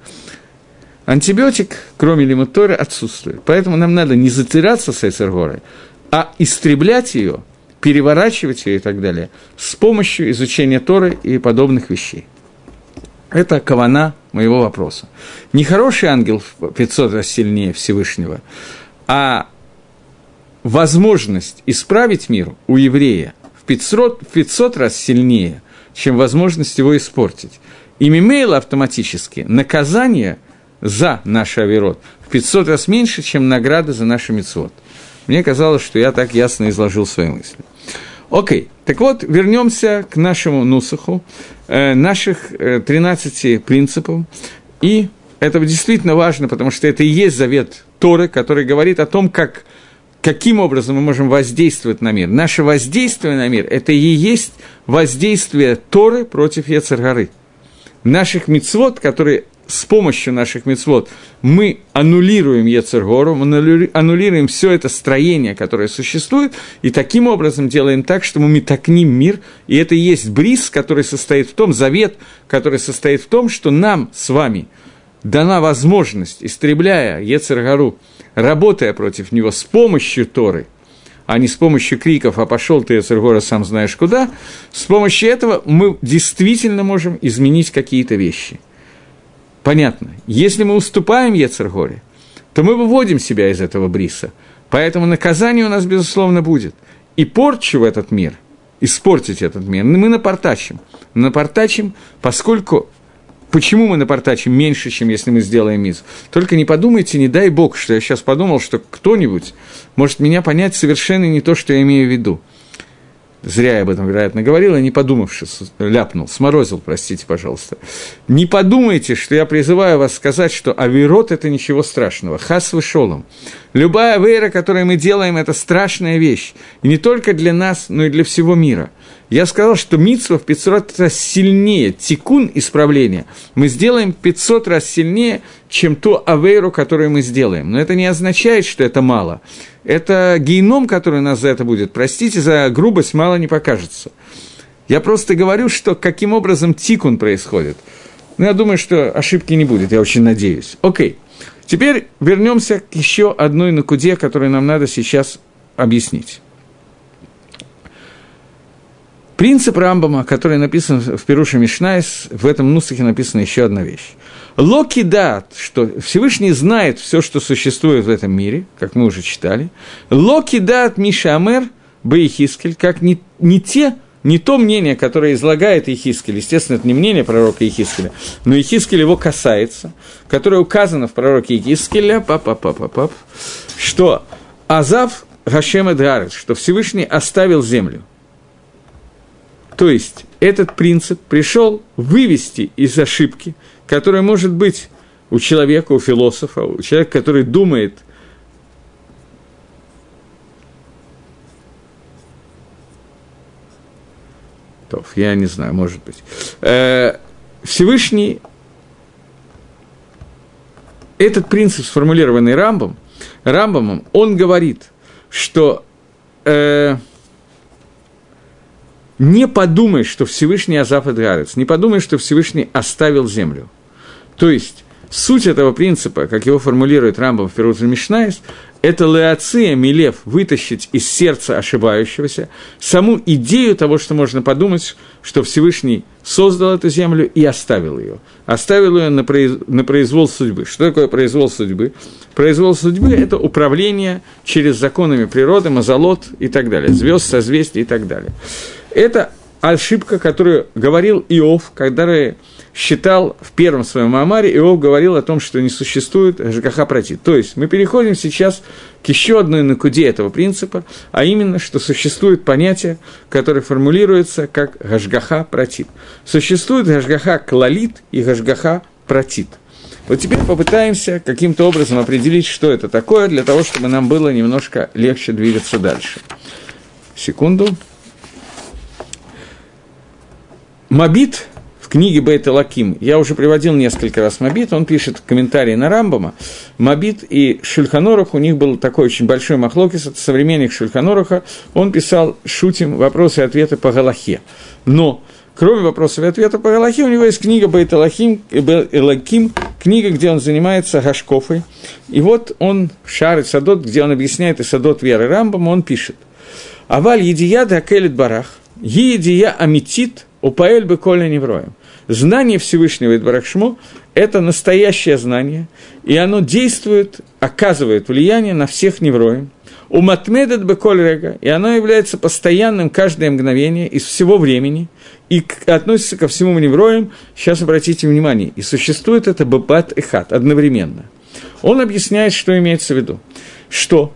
Антибиотик, кроме лимуд Торы, отсутствует. Поэтому нам надо не затираться с Йецер горой, а истреблять ее, переворачивать ее и так далее с помощью изучения Торы и подобных вещей. Это кавана моего вопроса. Не хороший ангел в 500 раз сильнее Всевышнего, а возможность исправить мир у еврея в 500 раз сильнее, чем возможность его испортить. И мимейла автоматически наказание за наш авирот в 500 раз меньше, чем награда за наши мицвот. Мне казалось, что я так ясно изложил свои мысли. Окей, так вот, вернемся к нашему нусаху, наших 13 принципов. И это действительно важно, потому что это и есть завет Торы, который говорит о том, каким образом мы можем воздействовать на мир. Наше воздействие на мир – это и есть воздействие Торы против Йецер горы. Наших мицвот, которые с помощью наших мицвот мы аннулируем Йецер гору, мы аннулируем все это строение, которое существует, и таким образом делаем так, что мы метакним мир, и это и есть бриз, который состоит в том, завет, который состоит в том, что нам с вами дана возможность, истребляя Йецер гору, работая против него с помощью Торы, а не с помощью криков «а пошел ты, Йецер гора, сам знаешь куда», с помощью этого мы действительно можем изменить какие-то вещи. Понятно. Если мы уступаем Йецер горе, то мы выводим себя из этого бриса. Поэтому наказание у нас, безусловно, будет. И порчу в этот мир, испортить этот мир, мы напортачим. Напортачим, поскольку... Почему мы напортачим меньше, чем если мы сделаем мицву? Только не подумайте, не дай Бог, что я сейчас подумал, что кто-нибудь может меня понять совершенно не то, что я имею в виду. Зря я об этом, вероятно, говорил, и не подумавши, ляпнул, сморозил, простите, пожалуйста. Не подумайте, что я призываю вас сказать, что авирот – это ничего страшного. Хас вышолом. Любая авейра, которую мы делаем, это страшная вещь. И не только для нас, но и для всего мира. Я сказал, что мицва в 500 раз сильнее, тикун исправления, мы сделаем 500 раз сильнее, чем ту авейру, которую мы сделаем. Но это не означает, что это мало. Это геном, который у нас за это будет. Простите, за грубость мало не покажется. Я просто говорю, что каким образом тикун происходит. Но я думаю, что ошибки не будет, я очень надеюсь. Окей. Теперь вернемся к еще одной накуде, которую нам надо сейчас объяснить. Принцип Рамбама, который написан в Пируше Мишнайс, в этом нусахе написана еще одна вещь. Локи дат, что Всевышний знает все, что существует в этом мире, как мы уже читали. Локи дат Миша Амер Бейхискель, как не то мнение, которое излагает Иехискель, естественно, это не мнение пророка Иехискеля, но Иехискель его касается, которое указано в пророке Иехискеля, что Азав Гашем Эдгарет, что Всевышний оставил землю. То есть этот принцип пришел вывести из ошибки, которая может быть у человека, у философа, у человека, который думает, я не знаю, может быть, Всевышний, этот принцип, сформулированный Рамбамом, он говорит, что не подумай, что Всевышний Азав эт Гаарец, не подумай, что Всевышний оставил землю. То есть, суть этого принципа, как его формулирует Рамбам в Пирут Мишнайс, это леоция милев, вытащить из сердца ошибающегося саму идею того, что можно подумать, что Всевышний создал эту землю и оставил ее. Оставил ее на произвол судьбы. Что такое произвол судьбы? Произвол судьбы – это управление через законами природы, мазалот и так далее, звезд, созвездий и так далее. Это ошибка, которую говорил Иов, когда считал в первом своем Маамаре, Иов говорил о том, что не существует Гашгаха Пратит. То есть мы переходим сейчас к еще одной накуде этого принципа, а именно, что существует понятие, которое формулируется как Гашгаха Пратит. Существует Гашгаха Клалит и Гашгаха Пратит. Вот теперь попытаемся каким-то образом определить, что это такое, для того, чтобы нам было немножко легче двигаться дальше. Секунду. Мабит в книге Бейт Элоким, я уже приводил несколько раз Мабит, он пишет комментарии на Рамбама. Мабит и Шульхан Орух, у них был такой очень большой махлокис, это современник Шульхан Оруха, он писал шутим вопросы и ответы по Галахе. Но кроме вопросов и ответов по Галахе, у него есть книга Бейт Элоким, книга, где он занимается Гашкофой. И вот он в Шаар и Садот, где он объясняет и Садот веры Рамбама, он пишет: «Аваль едия да келет барах, едия амитит, упаэль бы коля невроем». Знание Всевышнего Идбарахшмо – это настоящее знание, и оно действует, оказывает влияние на всех невроем. Уматмедет бы коль рега, и оно является постоянным каждое мгновение из всего времени, и относится ко всему невроям. Сейчас обратите внимание, и существует это бабат и хат одновременно. Он объясняет, что имеется в виду, что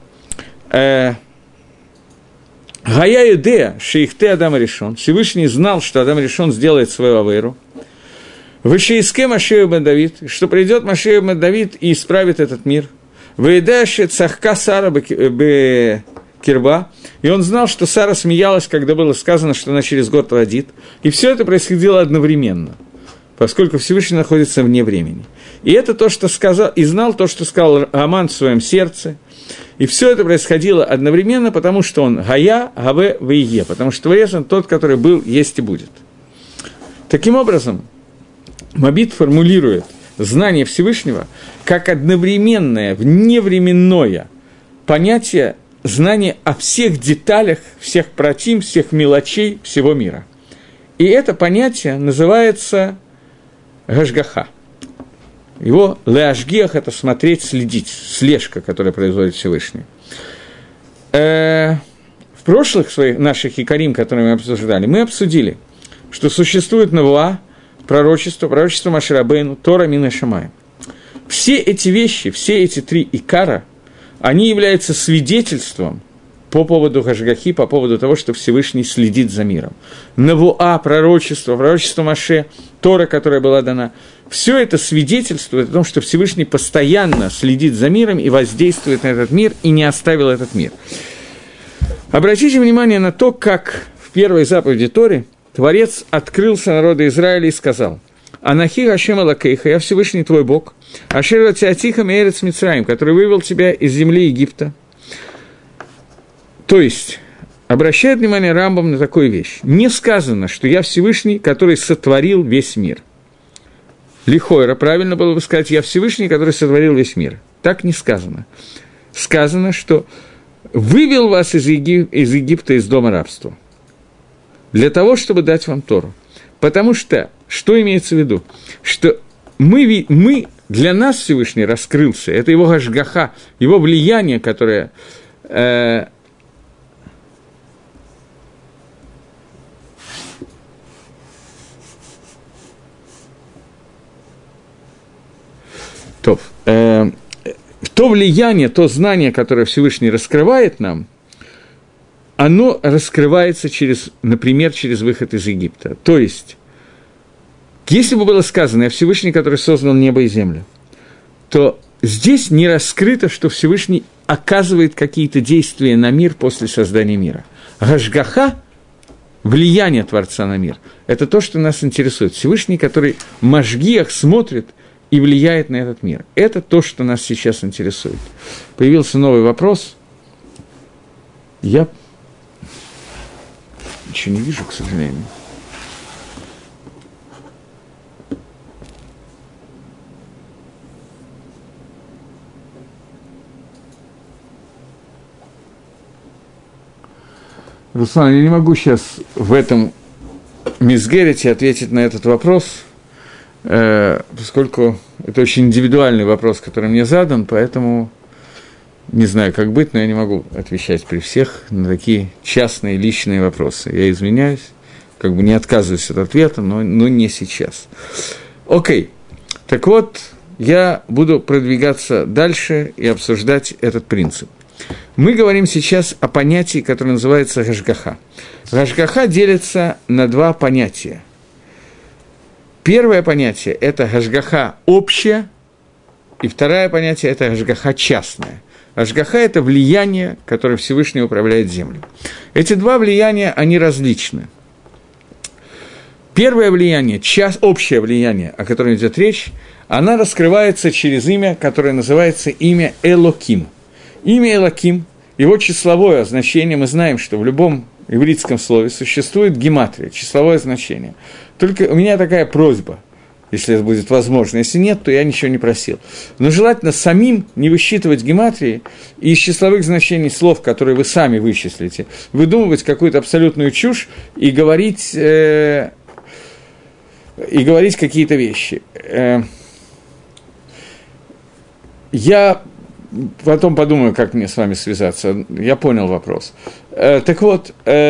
Гая Юдея, шейхте Адам Ришон, Всевышний знал, что Адам Ришон сделает свою авейру. Вышеиске Машею бен Давид, что придет Машею бен Давид и исправит этот мир. Выедаше цахка Сара бе Кирба, и он знал, что Сара смеялась, когда было сказано, что она через год родит. И все это происходило одновременно, поскольку Всевышний находится вне времени. И это то, что сказал, и знал то, что сказал Аман в своем сердце. И все это происходило одновременно, потому что он Гая, Гаве, Вейе, потому что Творец он тот, который был, есть и будет. Таким образом, Мабит формулирует знание Всевышнего как одновременное, вневременное понятие знания о всех деталях, всех протим, всех мелочей всего мира. И это понятие называется Гашгаха. Его леашгиах – это смотреть, следить, слежка, которая производит Всевышний. В прошлых своих наших икарим, которые мы обсуждали, мы обсудили, что существует навуа, пророчество Моше Рабейну, Тора Мин ха-Шамаим. Все эти вещи, все эти три икара, они являются свидетельством по поводу Гашгахи, по поводу того, что Всевышний следит за миром. Навуа, пророчество Моше, Тора, которая была дана, все это свидетельствует о том, что Всевышний постоянно следит за миром и воздействует на этот мир, и не оставил этот мир. Обратите внимание на то, как в первой заповеди Торе Творец открылся народу Израиля и сказал: «Анахи Хашем Элокейха, я Всевышний твой Бог, Ашер Ватиатиха Меэрец Мицраим, который вывел тебя из земли Египта». То есть, обращает внимание Рамбам на такую вещь. Не сказано, что я Всевышний, который сотворил весь мир. Лихойра, правильно было бы сказать, я Всевышний, который сотворил весь мир. Так не сказано. Сказано, что вывел вас из Египта, из дома рабства, для того, чтобы дать вам Тору. Потому что имеется в виду? Что мы для нас Всевышний раскрылся, это его гашгаха, его влияние, которое то влияние, то знание, которое Всевышний раскрывает нам, оно раскрывается например, через выход из Египта. То есть, если бы было сказано «Я Всевышний, который создал небо и землю», то здесь не раскрыто, что Всевышний оказывает какие-то действия на мир после создания мира. Гашгаха, влияние Творца на мир, это то, что нас интересует. Всевышний, который в Машгиах смотрит и влияет на этот мир. Это то, что нас сейчас интересует. Появился новый вопрос. Я ничего не вижу, к сожалению. Руслан, я не могу сейчас в этом мизгерете ответить на этот вопрос, поскольку это очень индивидуальный вопрос, который мне задан, поэтому не знаю, как быть, но я не могу отвечать при всех на такие частные, личные вопросы. Я извиняюсь, как бы не отказываюсь от ответа, но не сейчас. Окей, так вот, я буду продвигаться дальше и обсуждать этот принцип. Мы говорим сейчас о понятии, которое называется гашгаха. Гашгаха делится на два понятия. Первое понятие – это гашгаха общее, и второе понятие – это гашгаха частное. Гашгаха – это влияние, которое Всевышний управляет землей. Эти два влияния, они различны. Первое влияние, общее влияние, о котором идет речь, оно раскрывается через имя, которое называется имя Элоким. Имя Элоким, его числовое значение, мы знаем, что в любом ивритском слове существует гематрия, числовое значение. Только у меня такая просьба, если это будет возможно. Если нет, то я ничего не просил. Но желательно самим не высчитывать гематрии и из числовых значений слов, которые вы сами вычислите, выдумывать какую-то абсолютную чушь и говорить какие-то вещи. Я потом подумаю, как мне с вами связаться. Я понял вопрос. Так вот,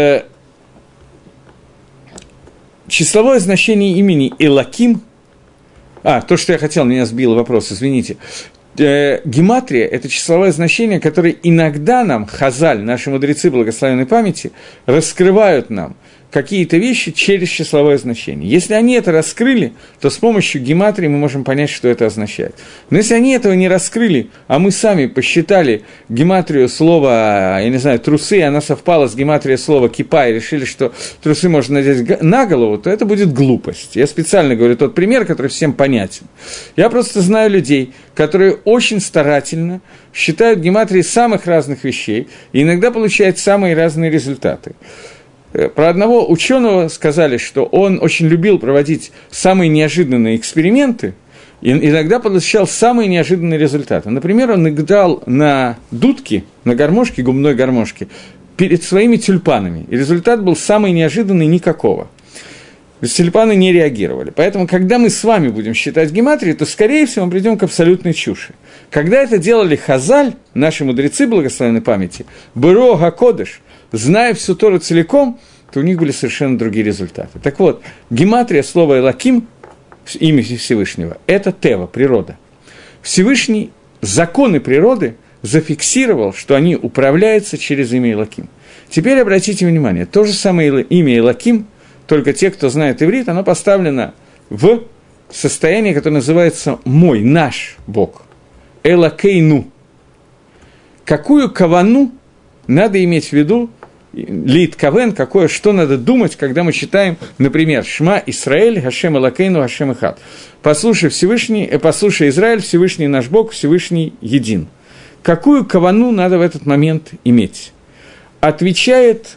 числовое значение имени Элоким, то, что я хотел, меня сбил вопрос, извините. Гематрия – это числовое значение, которое иногда нам, Хазаль, наши мудрецы благословенной памяти, раскрывают нам какие-то вещи через числовое значение. Если они это раскрыли, то с помощью гематрии мы можем понять, что это означает. Но если они этого не раскрыли, а мы сами посчитали гематрию слова, я не знаю, трусы, и она совпала с гематрией слова кипа, и решили, что трусы можно надеть на голову, то это будет глупость. Я специально говорю тот пример, который всем понятен. Я просто знаю людей, которые очень старательно считают гематрии самых разных вещей, и иногда получают самые разные результаты. Про одного ученого сказали, что он очень любил проводить самые неожиданные эксперименты, и иногда получал самые неожиданные результаты. Например, он играл на дудке, на гармошке, губной гармошке, перед своими тюльпанами, и результат был самый неожиданный – никакого. То есть тюльпаны не реагировали. Поэтому, когда мы с вами будем считать гематрию, то, скорее всего, мы придем к абсолютной чуши. Когда это делали Хазаль, наши мудрецы благословенной памяти, Быро Гакодыш, зная всю Тору целиком, то у них были совершенно другие результаты. Так вот, гематрия слова «элоким», имя Всевышнего, это Тева, природа. Всевышний законы природы зафиксировал, что они управляются через имя Элоким. Теперь обратите внимание, то же самое имя Элоким, только те, кто знает иврит, оно поставлено в состояние, которое называется «мой», «наш Бог», «элокейну». Какую кавану надо иметь в виду, лит кавен, какое, что надо думать, когда мы читаем, например, «Шма Исраэль, Хашем Элокейну, Хашем Эхад». «Послушай Израиль, Всевышний наш Бог, Всевышний един». Какую кавану надо в этот момент иметь? Отвечает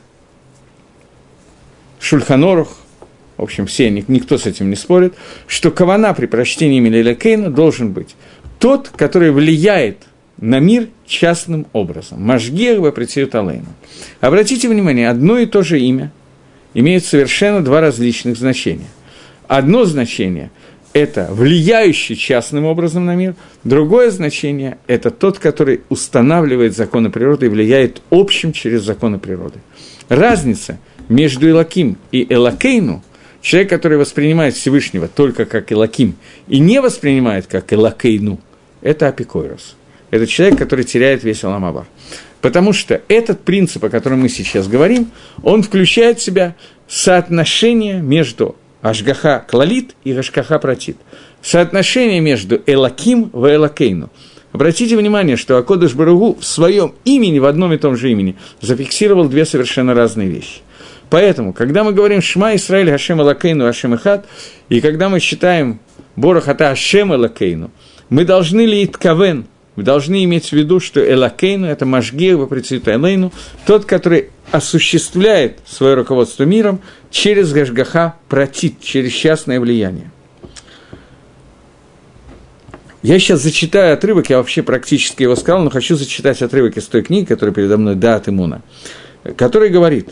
Шульхан Орух, в общем, все, никто с этим не спорит, что кавана при прочтении имени Элокейну должен быть тот, который влияет на мир частным образом. Машгиах вапретиют алейну. Обратите внимание, одно и то же имя имеет совершенно два различных значения. Одно значение – это влияющий частным образом на мир, другое значение – это тот, который устанавливает законы природы и влияет общим через законы природы. Разница между Элоким и Элокейну, человек, который воспринимает Всевышнего только как Элоким и не воспринимает как Элокейну, это апикойрос. Это человек, который теряет весь Олам аба. Потому что этот принцип, о котором мы сейчас говорим, он включает в себя соотношение между Ашгаха Клалит и Ашгаха Пратит. Соотношение между Элаким и Элакейну. Обратите внимание, что Акодыш Барух Ху в своем имени, в одном и том же имени, зафиксировал две совершенно разные вещи. Поэтому, когда мы говорим «Шма Исраэль Хашем Элакейну Хашем Эхад», и когда мы считаем «Борох ата Хашем Элакейну», мы должны ли иткавен, мы должны иметь в виду, что Элакейну – это Машгиах Бапрецит Элейну, тот, который осуществляет свое руководство миром через Гашгаха Пратит, через частное влияние. Я сейчас зачитаю отрывок, я вообще практически его сказал, но хочу зачитать отрывок из той книги, которая передо мной, Даат Эмуна, который говорит,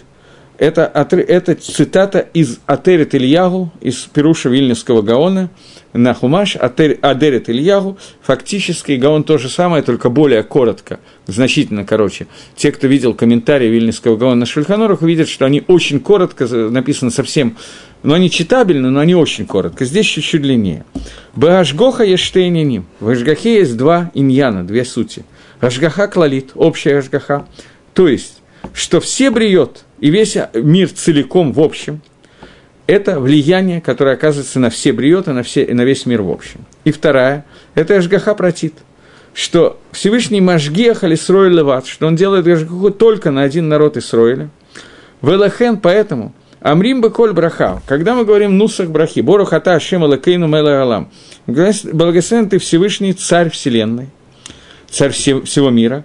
это цитата из Атерет Ильягу, из Пируша Вильнюсского Гаона, на Хумаш, Адерет Ильягу, фактически Гаон то же самое, только более коротко, значительно короче. Те, кто видел комментарии Вильнюсского Гаона на Шульхан Арух, увидят, что они очень коротко, написаны совсем, но они читабельны, но они очень коротко. Здесь чуть-чуть длиннее. Баашгоха ештейниним. В Ашгахе есть два иньяна, две сути. Ашгаха клалит, общая Ашгаха, то есть, что все бриет, и весь мир целиком в общем, это влияние, которое оказывается на все бриот и на весь мир в общем. И вторая, это Ашгаха Пратит, что Всевышний Машгиах аль-Исроэль леват, что он делает Ашгаху только на один народ Исроэля. Велахен, поэтому, Амрим беколь браха, когда мы говорим нусах брахи, Борух ата Ашем Элокейну мелех алам, благословен ты Всевышний Царь Вселенной, Царь всего мира,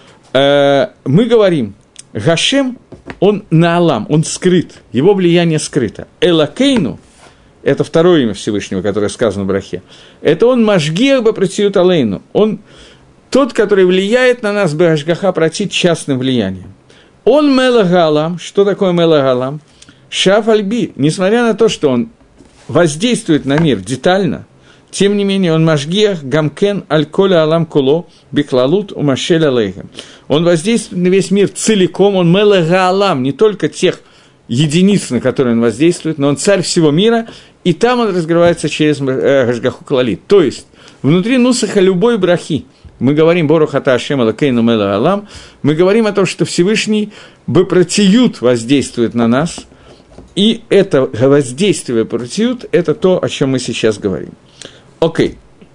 мы говорим, Гашем, он наалам, он скрыт, его влияние скрыто. Элокейну, это второе имя Всевышнего, которое сказано в брахе, это он Машгиах Бапрецит Алейну, он тот, который влияет на нас Башгаха Пратит частным влиянием. Он Мелех Алам, что такое Мелех Алам? Шаф Альби, несмотря на то, что он воздействует на мир детально, тем не менее, он Машгиах Гамкен Аль-Коля Алам Куло Биклалут Умашель Алейхем. Он воздействует на весь мир целиком, он Мелега Алам, не только тех единиц, на которые он воздействует, но он царь всего мира, и там он разгревается через Ашгаху Клалит. То есть, внутри нусаха любой брахи, мы говорим Борух ата Ашем Элокейну мелех алам, мы говорим о том, что Всевышний Бапратиют воздействует на нас, и это воздействие Бапратиют – это то, о чем мы сейчас говорим. Окей.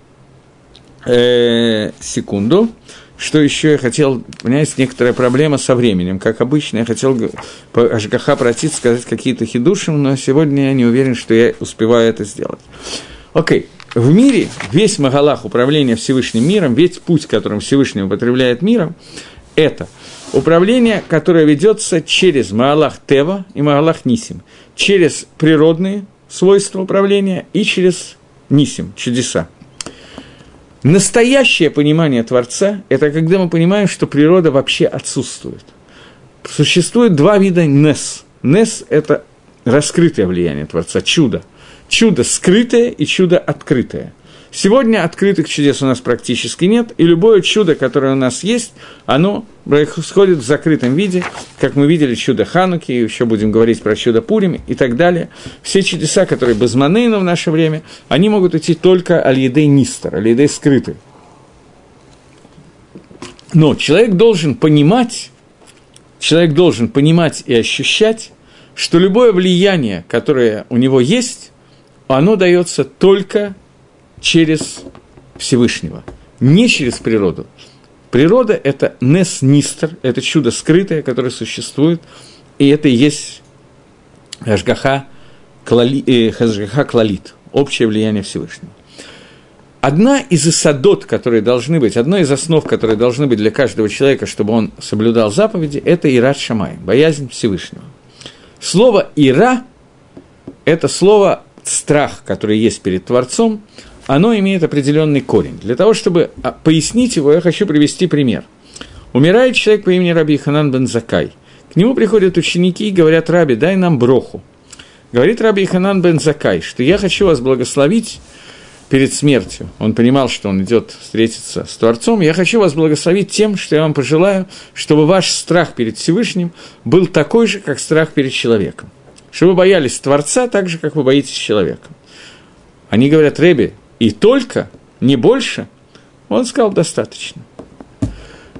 Секунду. Что еще я хотел, понимаете, некоторая проблема со временем. Как обычно, я хотел по Ашгаха Пратит сказать какие-то хидушим, но сегодня я не уверен, что я успеваю это сделать. Окей. В мире весь Магалах управления Всевышним миром, весь путь, которым Всевышний употребляет миром, это управление, которое ведется через Магалах Тева и Магалах Нисим, через природные свойства управления и через Нисим, чудеса. Настоящее понимание Творца – это когда мы понимаем, что природа вообще отсутствует. Существует два вида нес. Нес – это раскрытое влияние Творца, чудо. Чудо скрытое и чудо открытое. Сегодня открытых чудес у нас практически нет, и любое чудо, которое у нас есть, оно происходит в закрытом виде, как мы видели чудо Хануки, и еще будем говорить про чудо Пурим и так далее. Все чудеса, которые безманейны в наше время, они могут идти только аль-едей нистер, аль-едей скрытый. Но человек должен понимать и ощущать, что любое влияние, которое у него есть, оно дается только через Всевышнего, не через природу. Природа – это нес-нистер, это чудо скрытое, которое существует, и это и есть Ашгаха Клалит, общее влияние Всевышнего. Одна из исадот, которые должны быть, одной из основ, которые должны быть для каждого человека, чтобы он соблюдал заповеди, это ират шамай, боязнь Всевышнего. Слово «ира» – это слово «страх», который есть перед Творцом, оно имеет определенный корень. Для того, чтобы пояснить его, я хочу привести пример. Умирает человек по имени Раби Йоханан бен Заккай. К нему приходят ученики и говорят: «Раби, дай нам броху». Говорит Раби Йоханан бен Заккай, что я хочу вас благословить перед смертью. Он понимал, что он идет встретиться с Творцом. Я хочу вас благословить тем, что я вам пожелаю, чтобы ваш страх перед Всевышним был такой же, как страх перед человеком. Чтобы вы боялись Творца так же, как вы боитесь человека. Они говорят: «Реби, и только, не больше?» Он сказал: «Достаточно».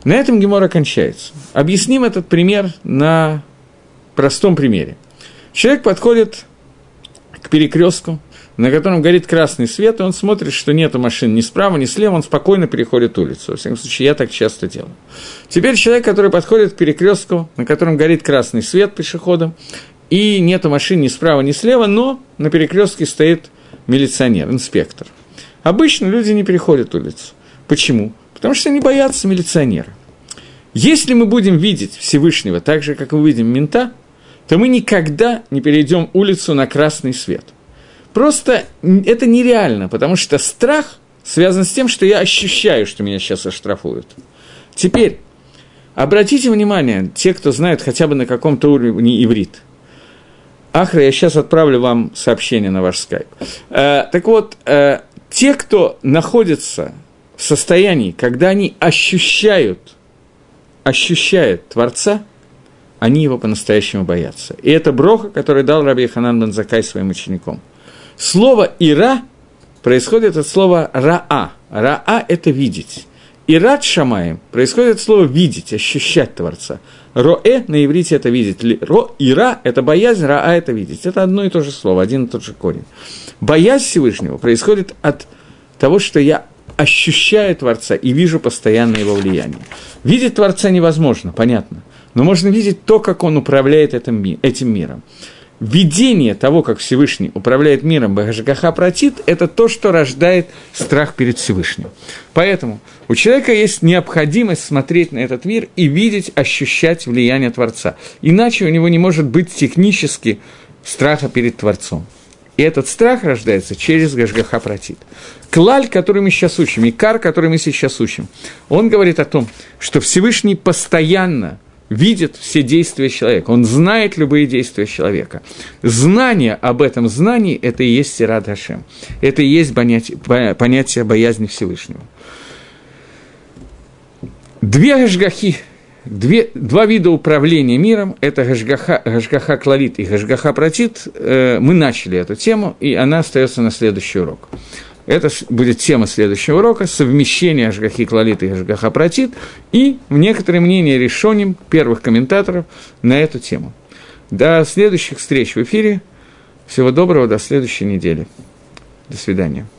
На этом Гемора кончается. Объясним этот пример на простом примере. Человек подходит к перекрестку, на котором горит красный свет, и он смотрит, что нету машин ни справа, ни слева, он спокойно переходит улицу. Во всяком случае, я так часто делаю. Теперь человек, который подходит к перекрестку, на котором горит красный свет пешеходом, и нету машин ни справа, ни слева, но на перекрестке стоит милиционер, инспектор. Обычно люди не переходят улицу. Почему? Потому что они боятся милиционера. Если мы будем видеть Всевышнего так же, как мы видим мента, то мы никогда не перейдем улицу на красный свет. Просто это нереально, потому что страх связан с тем, что я ощущаю, что меня сейчас оштрафуют. Теперь, обратите внимание, те, кто знают хотя бы на каком-то уровне иврит. Ахра, я сейчас отправлю вам сообщение на ваш скайп. Так вот, те, кто находится в состоянии, когда они ощущают Творца, они его по-настоящему боятся. И это броха, который дал Раби Йоханан бен Заккай своим ученикам. Слово «ира» происходит от слова «раа». «Раа» – это «видеть». «Ират шамаем» происходит от слова «видеть», «ощущать Творца». «Роэ» на иврите – это «видеть». «Ира» – это боязнь, «раа» – это «видеть». Это одно и то же слово, один и тот же корень. Боязнь Всевышнего происходит от того, что я ощущаю Творца и вижу постоянно его влияние. Видеть Творца невозможно, понятно, но можно видеть то, как он управляет этим миром. Видение того, как Всевышний управляет миром Бахашгаха Пратит, это то, что рождает страх перед Всевышним. Поэтому у человека есть необходимость смотреть на этот мир и видеть, ощущать влияние Творца. Иначе у него не может быть технически страха перед Творцом. И этот страх рождается через Гашгаха Пратит. Клаль, который мы сейчас учим, Икар, который мы сейчас учим, он говорит о том, что Всевышний постоянно видит все действия человека, он знает любые действия человека. Знание об этом знании – это и есть Ират Хашем, это и есть понятие боязни Всевышнего. Два вида управления миром – это Гашгаха Клалит и Гашгаха Пратит. Мы начали эту тему, и она остается на следующий урок. Это будет тема следующего урока – совмещение Гашгахи Клалит и Гашгаха Пратит, и некоторые мнения решением первых комментаторов на эту тему. До следующих встреч в эфире. Всего доброго, до следующей недели. До свидания.